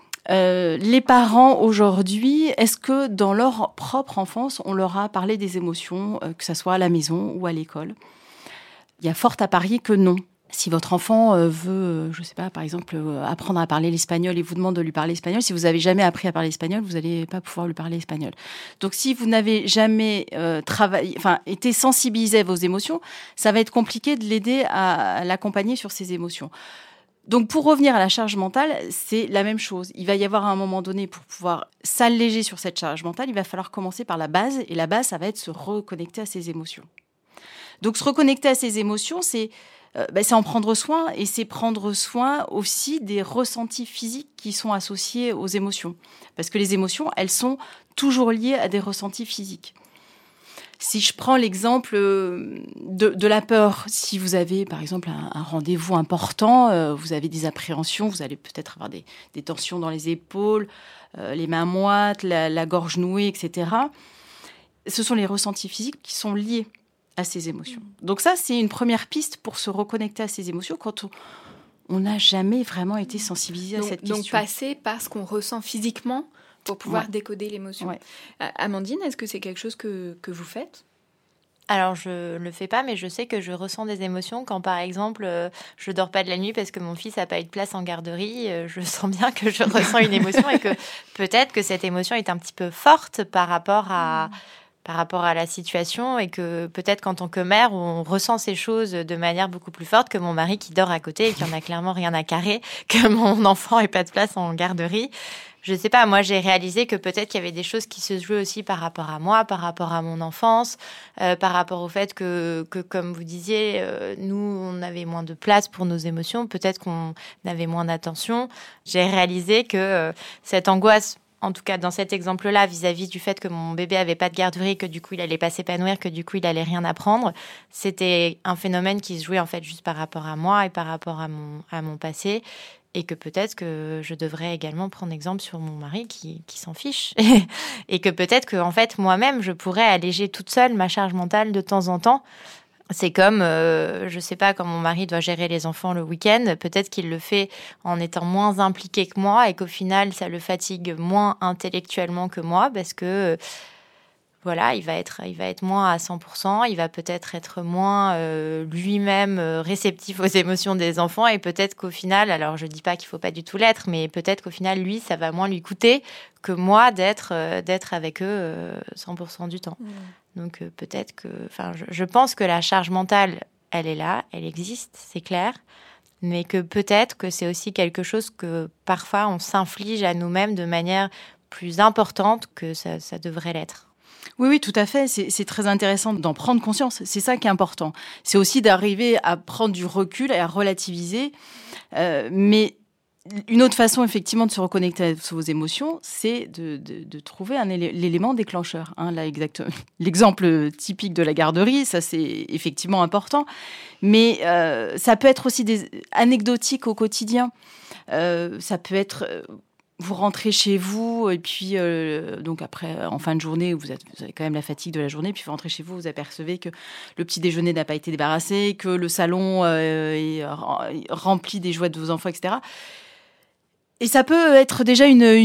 les parents aujourd'hui, est-ce que dans leur propre enfance, on leur a parlé des émotions, que ce soit à la maison ou à l'école ? Il y a fort à parier que non. Si votre enfant veut, je ne sais pas, par exemple, apprendre à parler l'espagnol et vous demande de lui parler espagnol, si vous n'avez jamais appris à parler espagnol, vous n'allez pas pouvoir lui parler espagnol. Donc, si vous n'avez jamais été sensibilisé à vos émotions, ça va être compliqué de l'aider à l'accompagner sur ses émotions. Donc, pour revenir à la charge mentale, c'est la même chose. Il va y avoir un moment donné, pour pouvoir s'alléger sur cette charge mentale, il va falloir commencer par la base. Et la base, ça va être se reconnecter à ses émotions. Donc, se reconnecter à ses émotions, c'est en prendre soin, et c'est prendre soin aussi des ressentis physiques qui sont associés aux émotions. Parce que les émotions, elles sont toujours liées à des ressentis physiques. Si je prends l'exemple de la peur, si vous avez par exemple un rendez-vous important, vous avez des appréhensions, vous allez peut-être avoir des tensions dans les épaules, les mains moites, la gorge nouée, etc. Ce sont les ressentis physiques qui sont liés à ces émotions. Donc ça, c'est une première piste pour se reconnecter à ces émotions quand on n'a jamais vraiment été sensibilisé à cette question. Donc passer par ce qu'on ressent physiquement pour pouvoir décoder l'émotion. Ouais. Amandine, est-ce que c'est quelque chose que vous faites ? Alors, je le fais pas, mais je sais que je ressens des émotions quand, par exemple, je dors pas de la nuit parce que mon fils a pas eu de place en garderie. Je sens bien que je ressens une émotion et que peut-être que cette émotion est un petit peu forte par rapport à la situation, et que peut-être qu'en tant que mère, on ressent ces choses de manière beaucoup plus forte que mon mari qui dort à côté et qui en a clairement rien à carrer, que mon enfant ait pas de place en garderie. Je sais pas, moi j'ai réalisé que peut-être qu'il y avait des choses qui se jouaient aussi par rapport à moi, par rapport à mon enfance, par rapport au fait que comme vous disiez, nous on avait moins de place pour nos émotions, peut-être qu'on avait moins d'attention. J'ai réalisé que cette angoisse, en tout cas dans cet exemple-là, vis-à-vis du fait que mon bébé avait pas de garderie, que du coup il allait pas s'épanouir, que du coup il allait rien apprendre, c'était un phénomène qui se jouait en fait juste par rapport à moi et par rapport à mon passé. Et que peut-être que je devrais également prendre exemple sur mon mari qui s'en fiche. Et que peut-être que, en fait, moi-même, je pourrais alléger toute seule ma charge mentale de temps en temps. C'est comme, je sais pas, quand mon mari doit gérer les enfants le week-end, peut-être qu'il le fait en étant moins impliqué que moi et qu'au final, ça le fatigue moins intellectuellement que moi parce que... Voilà, il va être moins à 100%, il va peut-être être moins lui-même réceptif aux émotions des enfants, et peut-être qu'au final, alors je dis pas qu'il faut pas du tout l'être, mais peut-être qu'au final, lui, ça va moins lui coûter que moi d'être avec eux 100% du temps. Donc peut-être que, je pense que la charge mentale, elle est là, elle existe, c'est clair, mais que peut-être que c'est aussi quelque chose que parfois on s'inflige à nous-mêmes de manière plus importante que ça devrait l'être. Oui, tout à fait. C'est très intéressant d'en prendre conscience. C'est ça qui est important. C'est aussi d'arriver à prendre du recul et à relativiser. Mais une autre façon, effectivement, de se reconnecter à vos émotions, c'est de trouver l'élément déclencheur. Là, exactement. L'exemple typique de la garderie, ça, c'est effectivement important. Mais ça peut être aussi anecdotique au quotidien. Ça peut être... Vous rentrez chez vous et puis donc après en fin de journée vous avez quand même la fatigue de la journée, puis vous rentrez chez vous, vous apercevez que le petit déjeuner n'a pas été débarrassé, que le salon est rempli des jouets de vos enfants, etc. Et ça peut être déjà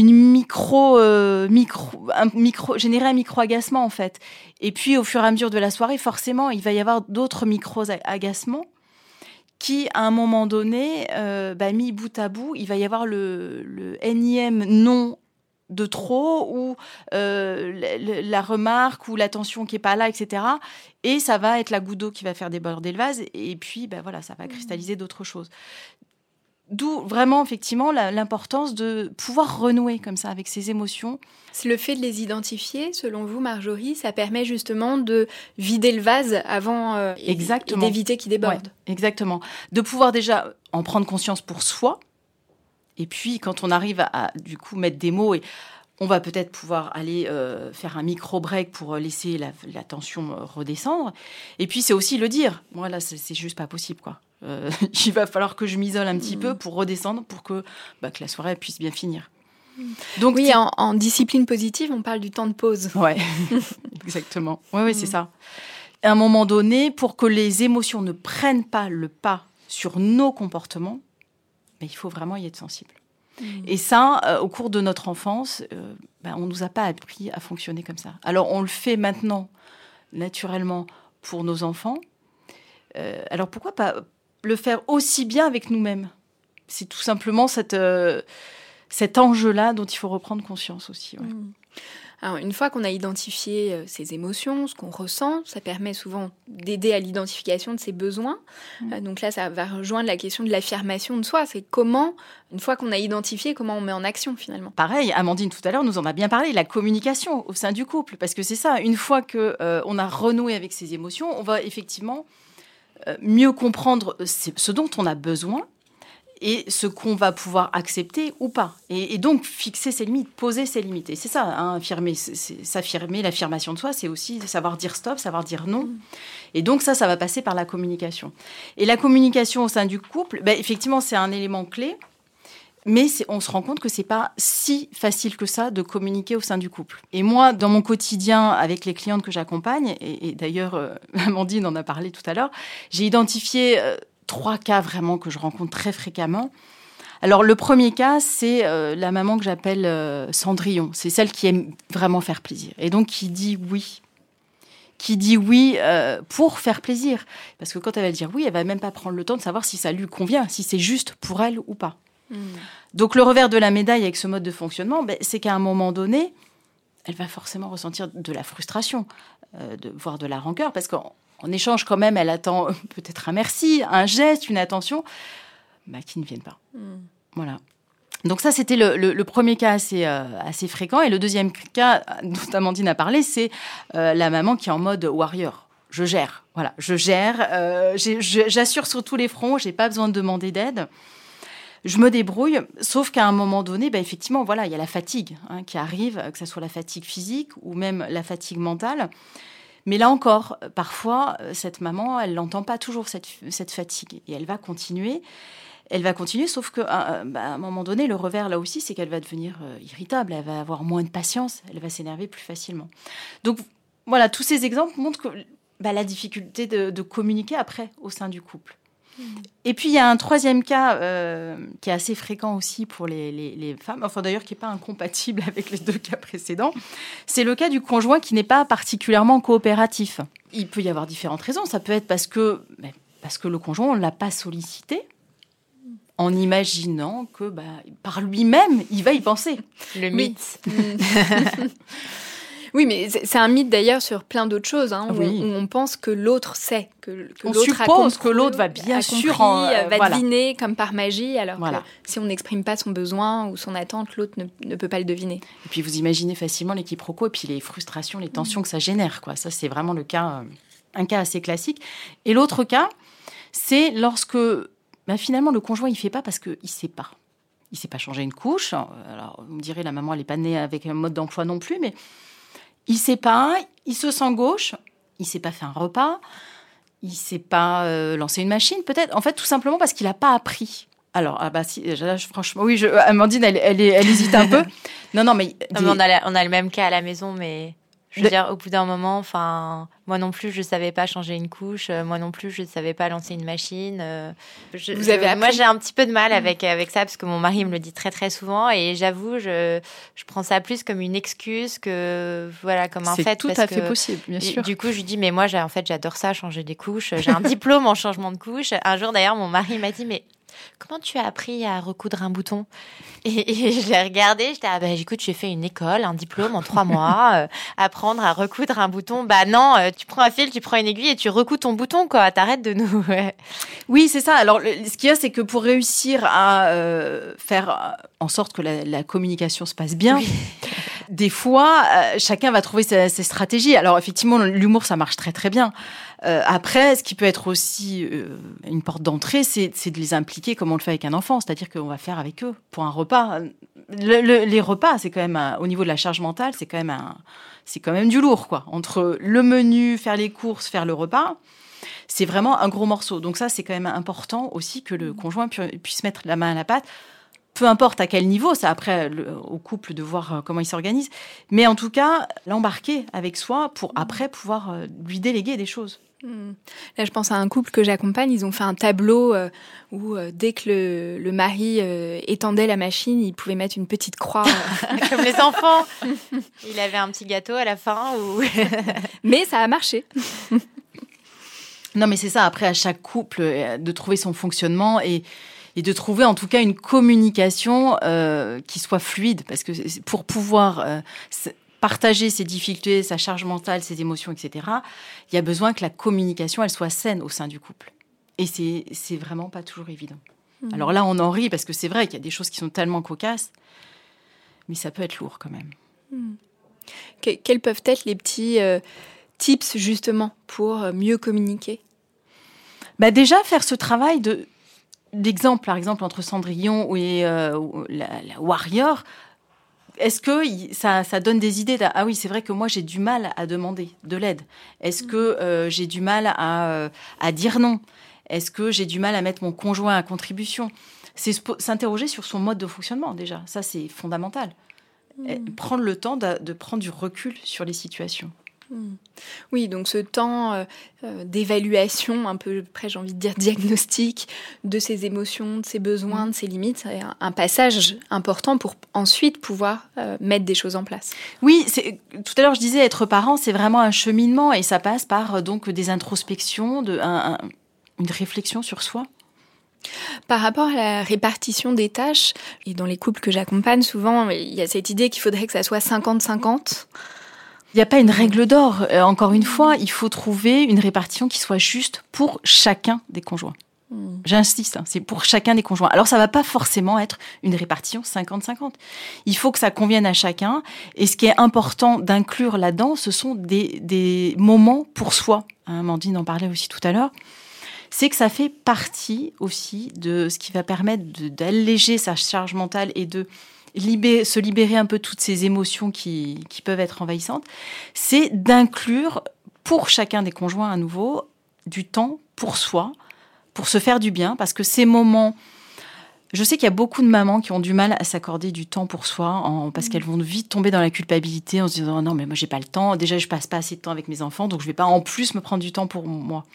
générer un micro-agacement en fait. Et puis au fur et à mesure de la soirée, forcément, il va y avoir d'autres micro-agacements qui, à un moment donné, mis bout à bout, il va y avoir le énième non de trop, ou la remarque, ou l'attention qui n'est pas là, etc. Et ça va être la goutte d'eau qui va faire déborder le vase, et puis ça va cristalliser d'autres choses. D'où vraiment, effectivement, l'importance de pouvoir renouer comme ça avec ses émotions. C'est le fait de les identifier, selon vous, Marjorie, ça permet justement de vider le vase avant et d'éviter qu'il déborde. Ouais, exactement. De pouvoir déjà en prendre conscience pour soi. Et puis, quand on arrive à du coup, mettre des mots, et on va peut-être pouvoir aller faire un micro-break pour laisser la tension redescendre. Et puis, c'est aussi le dire. Moi, là, c'est juste pas possible, quoi. Il va falloir que je m'isole un petit peu pour redescendre, pour que la soirée puisse bien finir. Donc, oui, en discipline positive, on parle du temps de pause. Ouais. Exactement. Oui, c'est ça. À un moment donné, pour que les émotions ne prennent pas le pas sur nos comportements, il faut vraiment y être sensible. Et ça, au cours de notre enfance, on ne nous a pas appris à fonctionner comme ça. Alors, on le fait maintenant, naturellement, pour nos enfants. Alors, pourquoi pas le faire aussi bien avec nous-mêmes ? C'est tout simplement cet enjeu-là dont il faut reprendre conscience aussi. Ouais. Alors, une fois qu'on a identifié ces émotions, ce qu'on ressent, ça permet souvent d'aider à l'identification de ses besoins. Donc là, ça va rejoindre la question de l'affirmation de soi. C'est comment, une fois qu'on a identifié, comment on met en action finalement. Pareil, Amandine tout à l'heure nous en a bien parlé, la communication au sein du couple. Parce que c'est ça, une fois qu'on a renoué avec ses émotions, on va effectivement mieux comprendre ce dont on a besoin et ce qu'on va pouvoir accepter ou pas. Et donc, fixer ses limites, poser ses limites. Et c'est ça, s'affirmer, l'affirmation de soi, c'est aussi savoir dire stop, savoir dire non. Et donc, ça va passer par la communication. Et la communication au sein du couple, effectivement, c'est un élément clé, mais on se rend compte que c'est pas si facile que ça de communiquer au sein du couple. Et moi, dans mon quotidien, avec les clientes que j'accompagne, et d'ailleurs, Amandine en a parlé tout à l'heure, j'ai identifié 3 cas vraiment que je rencontre très fréquemment. Alors, le premier cas, c'est la maman que j'appelle Cendrillon. C'est celle qui aime vraiment faire plaisir. Et donc, qui dit oui. Qui dit oui pour faire plaisir. Parce que quand elle va dire oui, elle va même pas prendre le temps de savoir si ça lui convient, si c'est juste pour elle ou pas. Donc, le revers de la médaille avec ce mode de fonctionnement, c'est qu'à un moment donné, elle va forcément ressentir de la frustration, voire de la rancœur, parce qu'en échange, quand même, elle attend peut-être un merci, un geste, une attention, qui ne viennent pas. Voilà. Donc ça, c'était le premier cas assez fréquent. Et le deuxième cas dont Amandine a parlé, c'est la maman qui est en mode warrior. Je gère. Voilà, je gère. J'assure sur tous les fronts. J'ai pas besoin de demander d'aide. Je me débrouille. Sauf qu'à un moment donné, effectivement, voilà, il y a la fatigue qui arrive, que ce soit la fatigue physique ou même la fatigue mentale. Mais là encore, parfois, cette maman, elle n'entend pas toujours cette fatigue. Et elle va continuer. Sauf qu'à un moment donné, le revers, là aussi, c'est qu'elle va devenir irritable. Elle va avoir moins de patience. Elle va s'énerver plus facilement. Donc, voilà, tous ces exemples montrent que la difficulté de communiquer après au sein du couple. Et puis, il y a un troisième cas qui est assez fréquent aussi pour les femmes, enfin d'ailleurs qui n'est pas incompatible avec les 2 cas précédents. C'est le cas du conjoint qui n'est pas particulièrement coopératif. Il peut y avoir différentes raisons. Ça peut être parce que le conjoint, on ne l'a pas sollicité en imaginant que par lui-même, il va y penser. Le mythe. Oui, mais c'est un mythe d'ailleurs sur plein d'autres choses, où on pense que l'autre sait, que on l'autre suppose que l'autre va bien sûr va deviner comme par magie, alors que si on n'exprime pas son besoin ou son attente, l'autre ne peut pas le deviner. Et puis vous imaginez facilement les quiproquos et puis les frustrations, les tensions que ça génère, quoi. Ça, c'est vraiment un cas assez classique. Et l'autre cas, c'est lorsque finalement le conjoint il fait pas parce qu'il sait pas. Il sait pas changer une couche. Alors vous me direz, la maman elle est pas née avec un mode d'emploi non plus, mais il sait pas, il se sent gauche, il sait pas faire un repas, il sait pas lancer une machine, peut-être. En fait, tout simplement parce qu'il a pas appris. Alors, franchement, oui, Amandine, elle hésite un peu. Non, mais on a le même cas à la maison, mais je veux dire, au bout d'un moment, moi non plus, je savais pas changer une couche. Moi non plus, je savais pas lancer une machine. Moi, j'ai un petit peu de mal avec ça parce que mon mari me le dit très très souvent et j'avoue, je prends ça plus comme une excuse que comme un fait. C'est tout à fait possible, bien sûr. Du coup, je lui dis mais moi, j'adore ça, changer des couches. J'ai un diplôme en changement de couche. Un jour, d'ailleurs, mon mari m'a dit mais comment tu as appris à recoudre un bouton ? Et je l'ai regardé, j'étais écoute, j'ai fait une école, un diplôme en 3 mois, apprendre à recoudre un bouton. Non, tu prends un fil, tu prends une aiguille et tu recouds ton bouton, quoi. T'arrêtes de nous. Oui, c'est ça. Alors, ce qu'il y a, c'est que pour réussir à faire en sorte que la communication se passe bien, des fois, chacun va trouver ses stratégies. Alors, effectivement, l'humour, ça marche très, très bien. Après, ce qui peut être aussi une porte d'entrée, c'est de les impliquer comme on le fait avec un enfant. C'est-à-dire qu'on va faire avec eux pour un repas. Les repas, c'est quand même, au niveau de la charge mentale, c'est quand même du lourd, quoi. Entre le menu, faire les courses, faire le repas, c'est vraiment un gros morceau. Donc ça, c'est quand même important aussi que le conjoint puisse mettre la main à la pâte peu importe à quel niveau, c'est après au couple de voir comment il s'organise. Mais en tout cas, l'embarquer avec soi pour après pouvoir lui déléguer des choses. Là, je pense à un couple que j'accompagne. Ils ont fait un tableau où dès que le mari étendait la machine, il pouvait mettre une petite croix. Comme les enfants. Il avait un petit gâteau à la fin. Mais ça a marché. Non, mais c'est ça. Après, à chaque couple, de trouver son fonctionnement et de trouver en tout cas une communication qui soit fluide. Parce que pour pouvoir partager ses difficultés, sa charge mentale, ses émotions, etc., il y a besoin que la communication, elle soit saine au sein du couple. Et c'est vraiment pas toujours évident. Alors là, on en rit parce que c'est vrai qu'il y a des choses qui sont tellement cocasses, mais ça peut être lourd quand même. Quels peuvent être les petits tips, justement, pour mieux communiquer ? Déjà, faire ce travail d'exemple, par exemple, entre Cendrillon et la Warrior. Est-ce que ça donne des idées ah oui, c'est vrai que moi, j'ai du mal à demander de l'aide. Est-ce que j'ai du mal à dire non ? Est-ce que j'ai du mal à mettre mon conjoint à contribution ? C'est s'interroger sur son mode de fonctionnement, déjà. Ça, c'est fondamental. Prendre le temps de prendre du recul sur les situations. Oui, donc ce temps d'évaluation, un peu près, j'ai envie de dire, diagnostic de ses émotions, de ses besoins, de ses limites, c'est un passage important pour ensuite pouvoir mettre des choses en place. Oui, tout à l'heure je disais, être parent, c'est vraiment un cheminement et ça passe par donc des introspections, une réflexion sur soi. Par rapport à la répartition des tâches, et dans les couples que j'accompagne, souvent, il y a cette idée qu'il faudrait que ça soit 50-50. Il n'y a pas une règle d'or. Encore une fois, il faut trouver une répartition qui soit juste pour chacun des conjoints. J'insiste, c'est pour chacun des conjoints. Alors, ça ne va pas forcément être une répartition 50-50. Il faut que ça convienne à chacun. Et ce qui est important d'inclure là-dedans, ce sont des moments pour soi. Amandine en parlait aussi tout à l'heure. C'est que ça fait partie aussi de ce qui va permettre d'alléger sa charge mentale et de se libérer un peu toutes ces émotions qui peuvent être envahissantes, c'est d'inclure pour chacun des conjoints à nouveau du temps pour soi, pour se faire du bien, parce que ces moments, je sais qu'il y a beaucoup de mamans qui ont du mal à s'accorder du temps pour soi, parce qu'elles vont vite tomber dans la culpabilité en se disant non mais moi j'ai pas le temps, déjà je passe pas assez de temps avec mes enfants, donc je vais pas en plus me prendre du temps pour moi.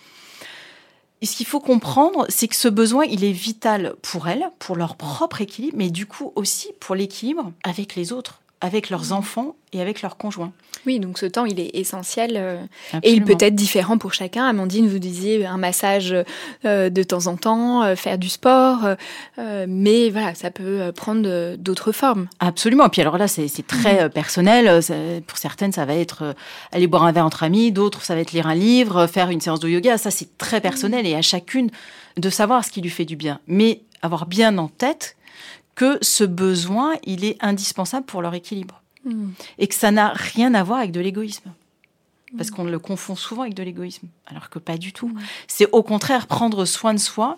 Et ce qu'il faut comprendre, c'est que ce besoin, il est vital pour elles, pour leur propre équilibre, mais du coup aussi pour l'équilibre avec les autres, avec leurs enfants et avec leurs conjoints. Oui, donc ce temps, il est essentiel et il peut être différent pour chacun. Amandine, vous disiez un massage de temps en temps, faire du sport, mais voilà, ça peut prendre d'autres formes. Absolument. Et puis alors là, c'est très personnel. Pour certaines, ça va être aller boire un verre entre amis, d'autres, ça va être lire un livre, faire une séance de yoga. Ça, c'est très personnel et à chacune de savoir ce qui lui fait du bien. Mais avoir bien en tête que ce besoin, il est indispensable pour leur équilibre. Et que ça n'a rien à voir avec de l'égoïsme. Parce qu'on le confond souvent avec de l'égoïsme, alors que pas du tout. C'est au contraire prendre soin de soi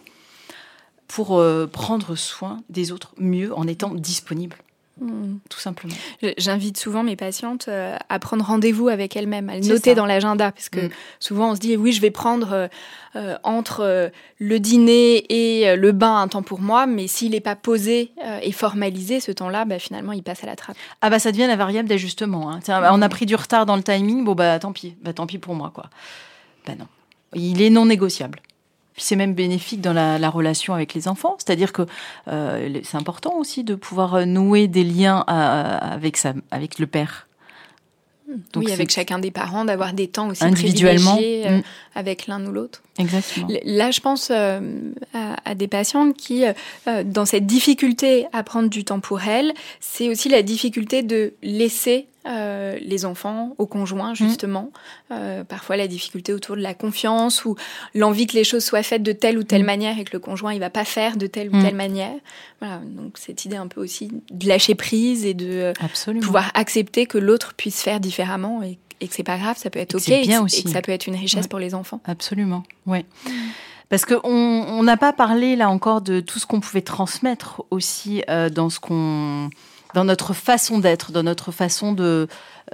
pour prendre soin des autres mieux en étant disponible. Tout simplement. J'invite souvent mes patientes à prendre rendez-vous avec elles-mêmes, à le noter dans l'agenda, parce que souvent on se dit oui, je vais prendre entre le dîner et le bain un temps pour moi, mais s'il n'est pas posé et formalisé, ce temps-là, finalement il passe à la trappe. Ça devient la variable d'ajustement. On a pris du retard dans le timing, tant pis pour moi quoi. Non, il est non négociable. Puis c'est même bénéfique dans la relation avec les enfants. C'est-à-dire que c'est important aussi de pouvoir nouer des liens avec le père. Donc avec chacun des parents, d'avoir des temps aussi individuellement privilégiés avec l'un ou l'autre. Exactement. Là, je pense à des patientes qui, dans cette difficulté à prendre du temps pour elles, c'est aussi la difficulté de laisser les enfants au conjoint, justement. Parfois, la difficulté autour de la confiance ou l'envie que les choses soient faites de telle ou telle manière et que le conjoint, il va pas faire de telle ou telle manière. Voilà, donc cette idée un peu aussi de lâcher prise et de pouvoir accepter que l'autre puisse faire différemment et que c'est pas grave, ça peut être OK et que ça peut être une richesse pour les enfants. Absolument, ouais. Parce qu'on n'a pas parlé là encore de tout ce qu'on pouvait transmettre aussi dans notre façon d'être, dans notre façon de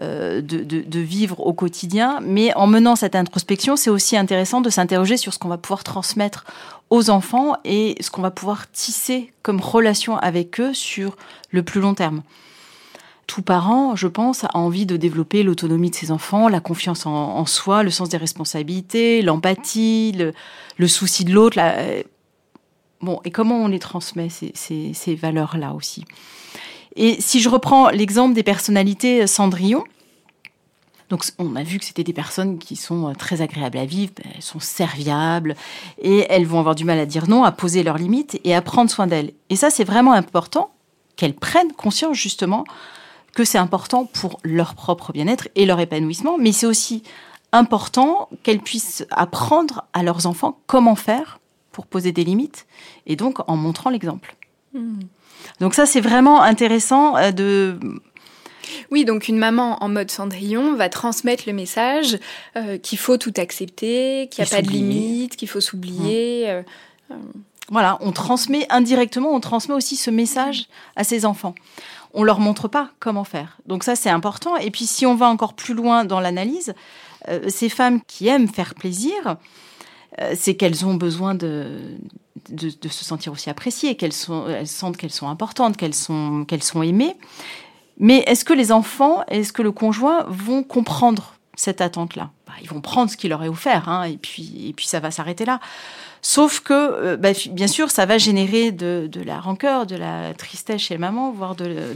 vivre au quotidien. Mais en menant cette introspection, c'est aussi intéressant de s'interroger sur ce qu'on va pouvoir transmettre aux enfants et ce qu'on va pouvoir tisser comme relation avec eux sur le plus long terme. Tout parent, je pense, a envie de développer l'autonomie de ses enfants, la confiance en soi, le sens des responsabilités, l'empathie, le souci de l'autre. Bon, et comment on les transmet, ces valeurs-là aussi. Et si je reprends l'exemple des personnalités Cendrillon, donc on a vu que c'était des personnes qui sont très agréables à vivre, elles sont serviables, et elles vont avoir du mal à dire non, à poser leurs limites et à prendre soin d'elles. Et ça, c'est vraiment important qu'elles prennent conscience justement que c'est important pour leur propre bien-être et leur épanouissement, mais c'est aussi important qu'elles puissent apprendre à leurs enfants comment faire pour poser des limites, et donc en montrant l'exemple. Donc ça, c'est vraiment intéressant de... Oui, donc une maman en mode Cendrillon va transmettre le message qu'il faut tout accepter, qu'il n'y a pas de limite, qu'il faut s'oublier. Voilà, on transmet indirectement, on transmet aussi ce message à ses enfants. On leur montre pas comment faire. Donc ça, c'est important. Et puis, si on va encore plus loin dans l'analyse, ces femmes qui aiment faire plaisir, c'est qu'elles ont besoin de se sentir aussi appréciées, elles sentent qu'elles sont importantes, qu'elles sont aimées. Mais est-ce que les enfants, est-ce que le conjoint vont comprendre cette attente-là ? Ils vont prendre ce qui leur est offert, et puis ça va s'arrêter là. Sauf que, bien sûr, ça va générer de la rancœur, de la tristesse chez la maman, voire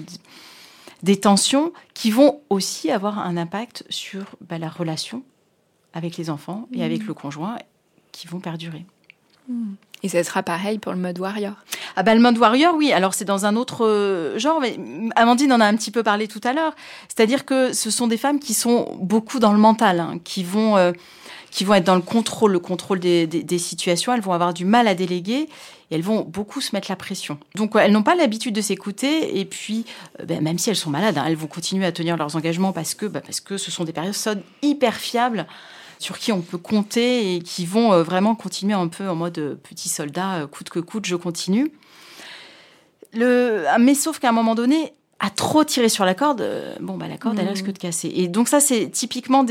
des tensions qui vont aussi avoir un impact sur la relation avec les enfants et avec le conjoint, qui vont perdurer. Et ça sera pareil pour le mode warrior. Le mode warrior, oui. Alors, c'est dans un autre genre, mais Amandine en a un petit peu parlé tout à l'heure. C'est-à-dire que ce sont des femmes qui sont beaucoup dans le mental, qui vont être dans le contrôle des situations. Elles vont avoir du mal à déléguer et elles vont beaucoup se mettre la pression. Donc, elles n'ont pas l'habitude de s'écouter. Et puis, même si elles sont malades, elles vont continuer à tenir leurs engagements parce que ce sont des personnes hyper fiables sur qui on peut compter et qui vont vraiment continuer un peu en mode petit soldat, coûte que coûte, je continue. Mais sauf qu'à un moment donné, à trop tirer sur la corde, la corde, elle risque de casser. Et donc ça, c'est typiquement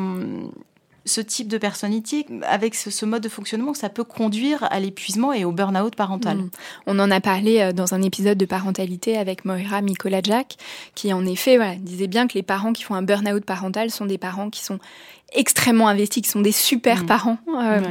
ce type de personnalité, avec ce mode de fonctionnement, ça peut conduire à l'épuisement et au burn-out parental. On en a parlé dans un épisode de parentalité avec Moira Mikoladjak, qui en effet disait bien que les parents qui font un burn-out parental sont des parents qui sont extrêmement investis, qui sont des super parents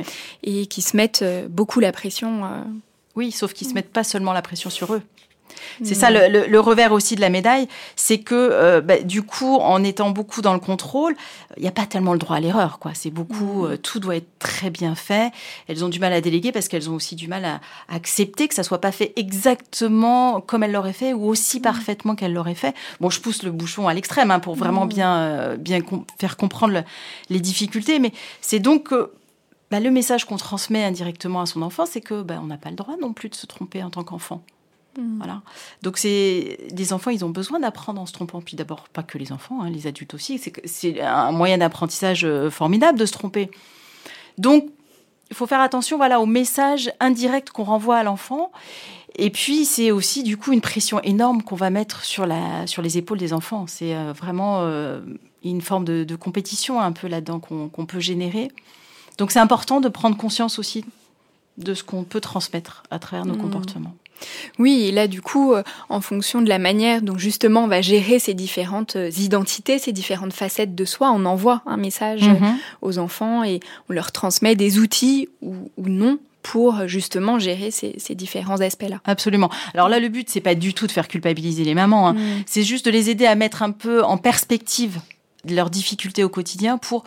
et qui se mettent beaucoup la pression. Oui, sauf qu'ils ne se mettent pas seulement la pression sur eux. C'est ça le revers aussi de la médaille, c'est que du coup, en étant beaucoup dans le contrôle, il n'y a pas tellement le droit à l'erreur, quoi. C'est beaucoup, tout doit être très bien fait. Elles ont du mal à déléguer parce qu'elles ont aussi du mal à accepter que ça soit pas fait exactement comme elles l'auraient fait ou aussi parfaitement qu'elles l'auraient fait. Bon, je pousse le bouchon à l'extrême pour vraiment bien faire comprendre les difficultés, mais c'est donc que le message qu'on transmet indirectement à son enfant, c'est que on n'a pas le droit non plus de se tromper en tant qu'enfant. Voilà. Donc les enfants, ils ont besoin d'apprendre en se trompant. Puis d'abord, pas que les enfants, les adultes aussi. C'est un moyen d'apprentissage formidable de se tromper. Donc, il faut faire attention, au message indirect qu'on renvoie à l'enfant. Et puis, c'est aussi du coup une pression énorme qu'on va mettre sur les épaules des enfants. C'est vraiment une forme de compétition un peu là-dedans qu'on peut générer. Donc, c'est important de prendre conscience aussi de ce qu'on peut transmettre à travers nos comportements. Oui, et là, du coup, en fonction de la manière dont, justement, on va gérer ces différentes identités, ces différentes facettes de soi, on envoie un message aux enfants et on leur transmet des outils ou non pour, justement, gérer ces différents aspects-là. Absolument. Alors là, le but, c'est pas du tout de faire culpabiliser les mamans. C'est juste de les aider à mettre un peu en perspective leurs difficultés au quotidien pour...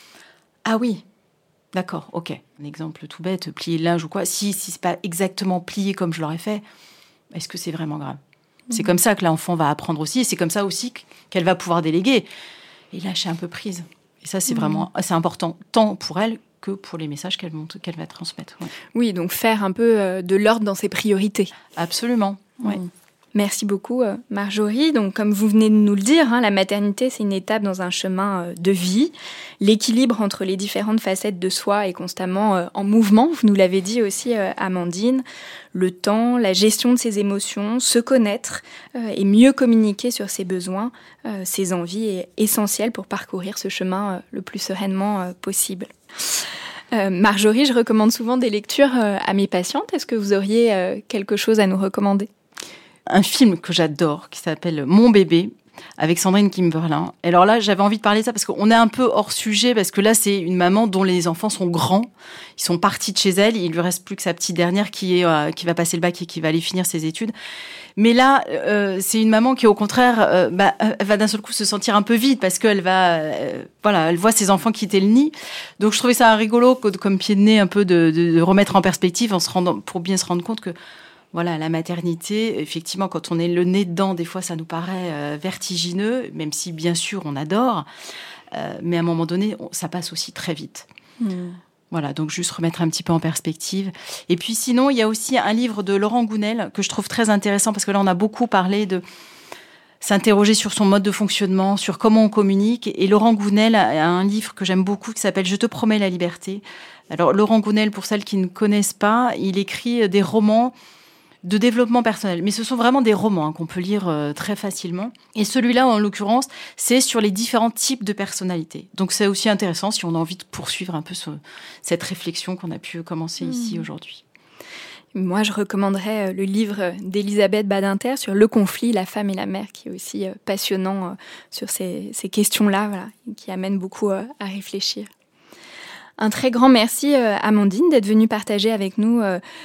Ah oui, d'accord, ok. Un exemple tout bête, plier le linge ou quoi. Si c'est pas exactement plié comme je l'aurais fait, est-ce que c'est vraiment grave ? C'est comme ça que l'enfant va apprendre aussi, et c'est comme ça aussi qu'elle va pouvoir déléguer et lâcher un peu prise. Et ça, c'est vraiment assez important, tant pour elle que pour les messages qu'elle va transmettre. Ouais. Oui, donc faire un peu de l'ordre dans ses priorités. Absolument, oui. Merci beaucoup Marjorie. Donc comme vous venez de nous le dire, la maternité c'est une étape dans un chemin de vie. L'équilibre entre les différentes facettes de soi est constamment en mouvement, vous nous l'avez dit aussi Amandine. Le temps, la gestion de ses émotions, se connaître et mieux communiquer sur ses besoins, ses envies est essentiel pour parcourir ce chemin le plus sereinement possible. Marjorie, je recommande souvent des lectures à mes patientes. Est-ce que vous auriez quelque chose à nous recommander ? Un film que j'adore qui s'appelle Mon bébé avec Sandrine Kimberlin. Et alors là, j'avais envie de parler de ça parce qu'on est un peu hors sujet parce que là, c'est une maman dont les enfants sont grands. Ils sont partis de chez elle. Il lui reste plus que sa petite dernière qui va passer le bac et qui va aller finir ses études. Mais là, c'est une maman qui, au contraire, elle va d'un seul coup se sentir un peu vide parce qu'elle elle voit ses enfants quitter le nid. Donc, je trouvais ça rigolo, comme pied de nez, un peu de remettre en perspective pour bien se rendre compte que, voilà, la maternité, effectivement, quand on est le nez dedans, des fois, ça nous paraît vertigineux, même si, bien sûr, on adore. Mais à un moment donné, ça passe aussi très vite. Voilà, donc juste remettre un petit peu en perspective. Et puis sinon, il y a aussi un livre de Laurent Gounel que je trouve très intéressant, parce que là, on a beaucoup parlé de s'interroger sur son mode de fonctionnement, sur comment on communique. Et Laurent Gounel a un livre que j'aime beaucoup qui s'appelle « Je te promets la liberté ». Alors, Laurent Gounel, pour celles qui ne connaissent pas, il écrit des romans de développement personnel. Mais ce sont vraiment des romans qu'on peut lire très facilement. Et celui-là, en l'occurrence, c'est sur les différents types de personnalités. Donc c'est aussi intéressant si on a envie de poursuivre un peu cette réflexion qu'on a pu commencer ici aujourd'hui. Moi, je recommanderais le livre d'Elisabeth Badinter sur le conflit, la femme et la mère, qui est aussi passionnant sur ces questions-là, voilà, qui amène beaucoup à réfléchir. Un très grand merci, Amandine, d'être venue partager avec nous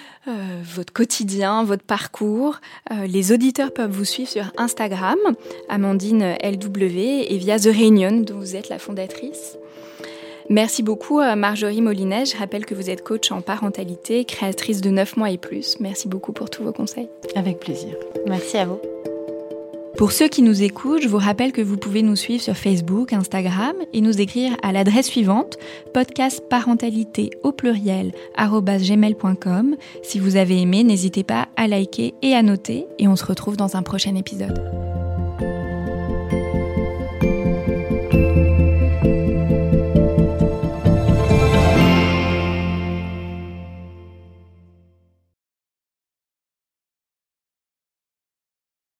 votre quotidien, votre parcours. Les auditeurs peuvent vous suivre sur Instagram, Amandine LW, et via The Réunion, dont vous êtes la fondatrice. Merci beaucoup Marjorie Molinet. Je rappelle que vous êtes coach en parentalité, créatrice de 9 mois et plus. Merci beaucoup pour tous vos conseils. Avec plaisir. Merci à vous. Pour ceux qui nous écoutent, je vous rappelle que vous pouvez nous suivre sur Facebook, Instagram et nous écrire à l'adresse suivante podcastparentalité@gmail.com. Si vous avez aimé, n'hésitez pas à liker et à noter et on se retrouve dans un prochain épisode.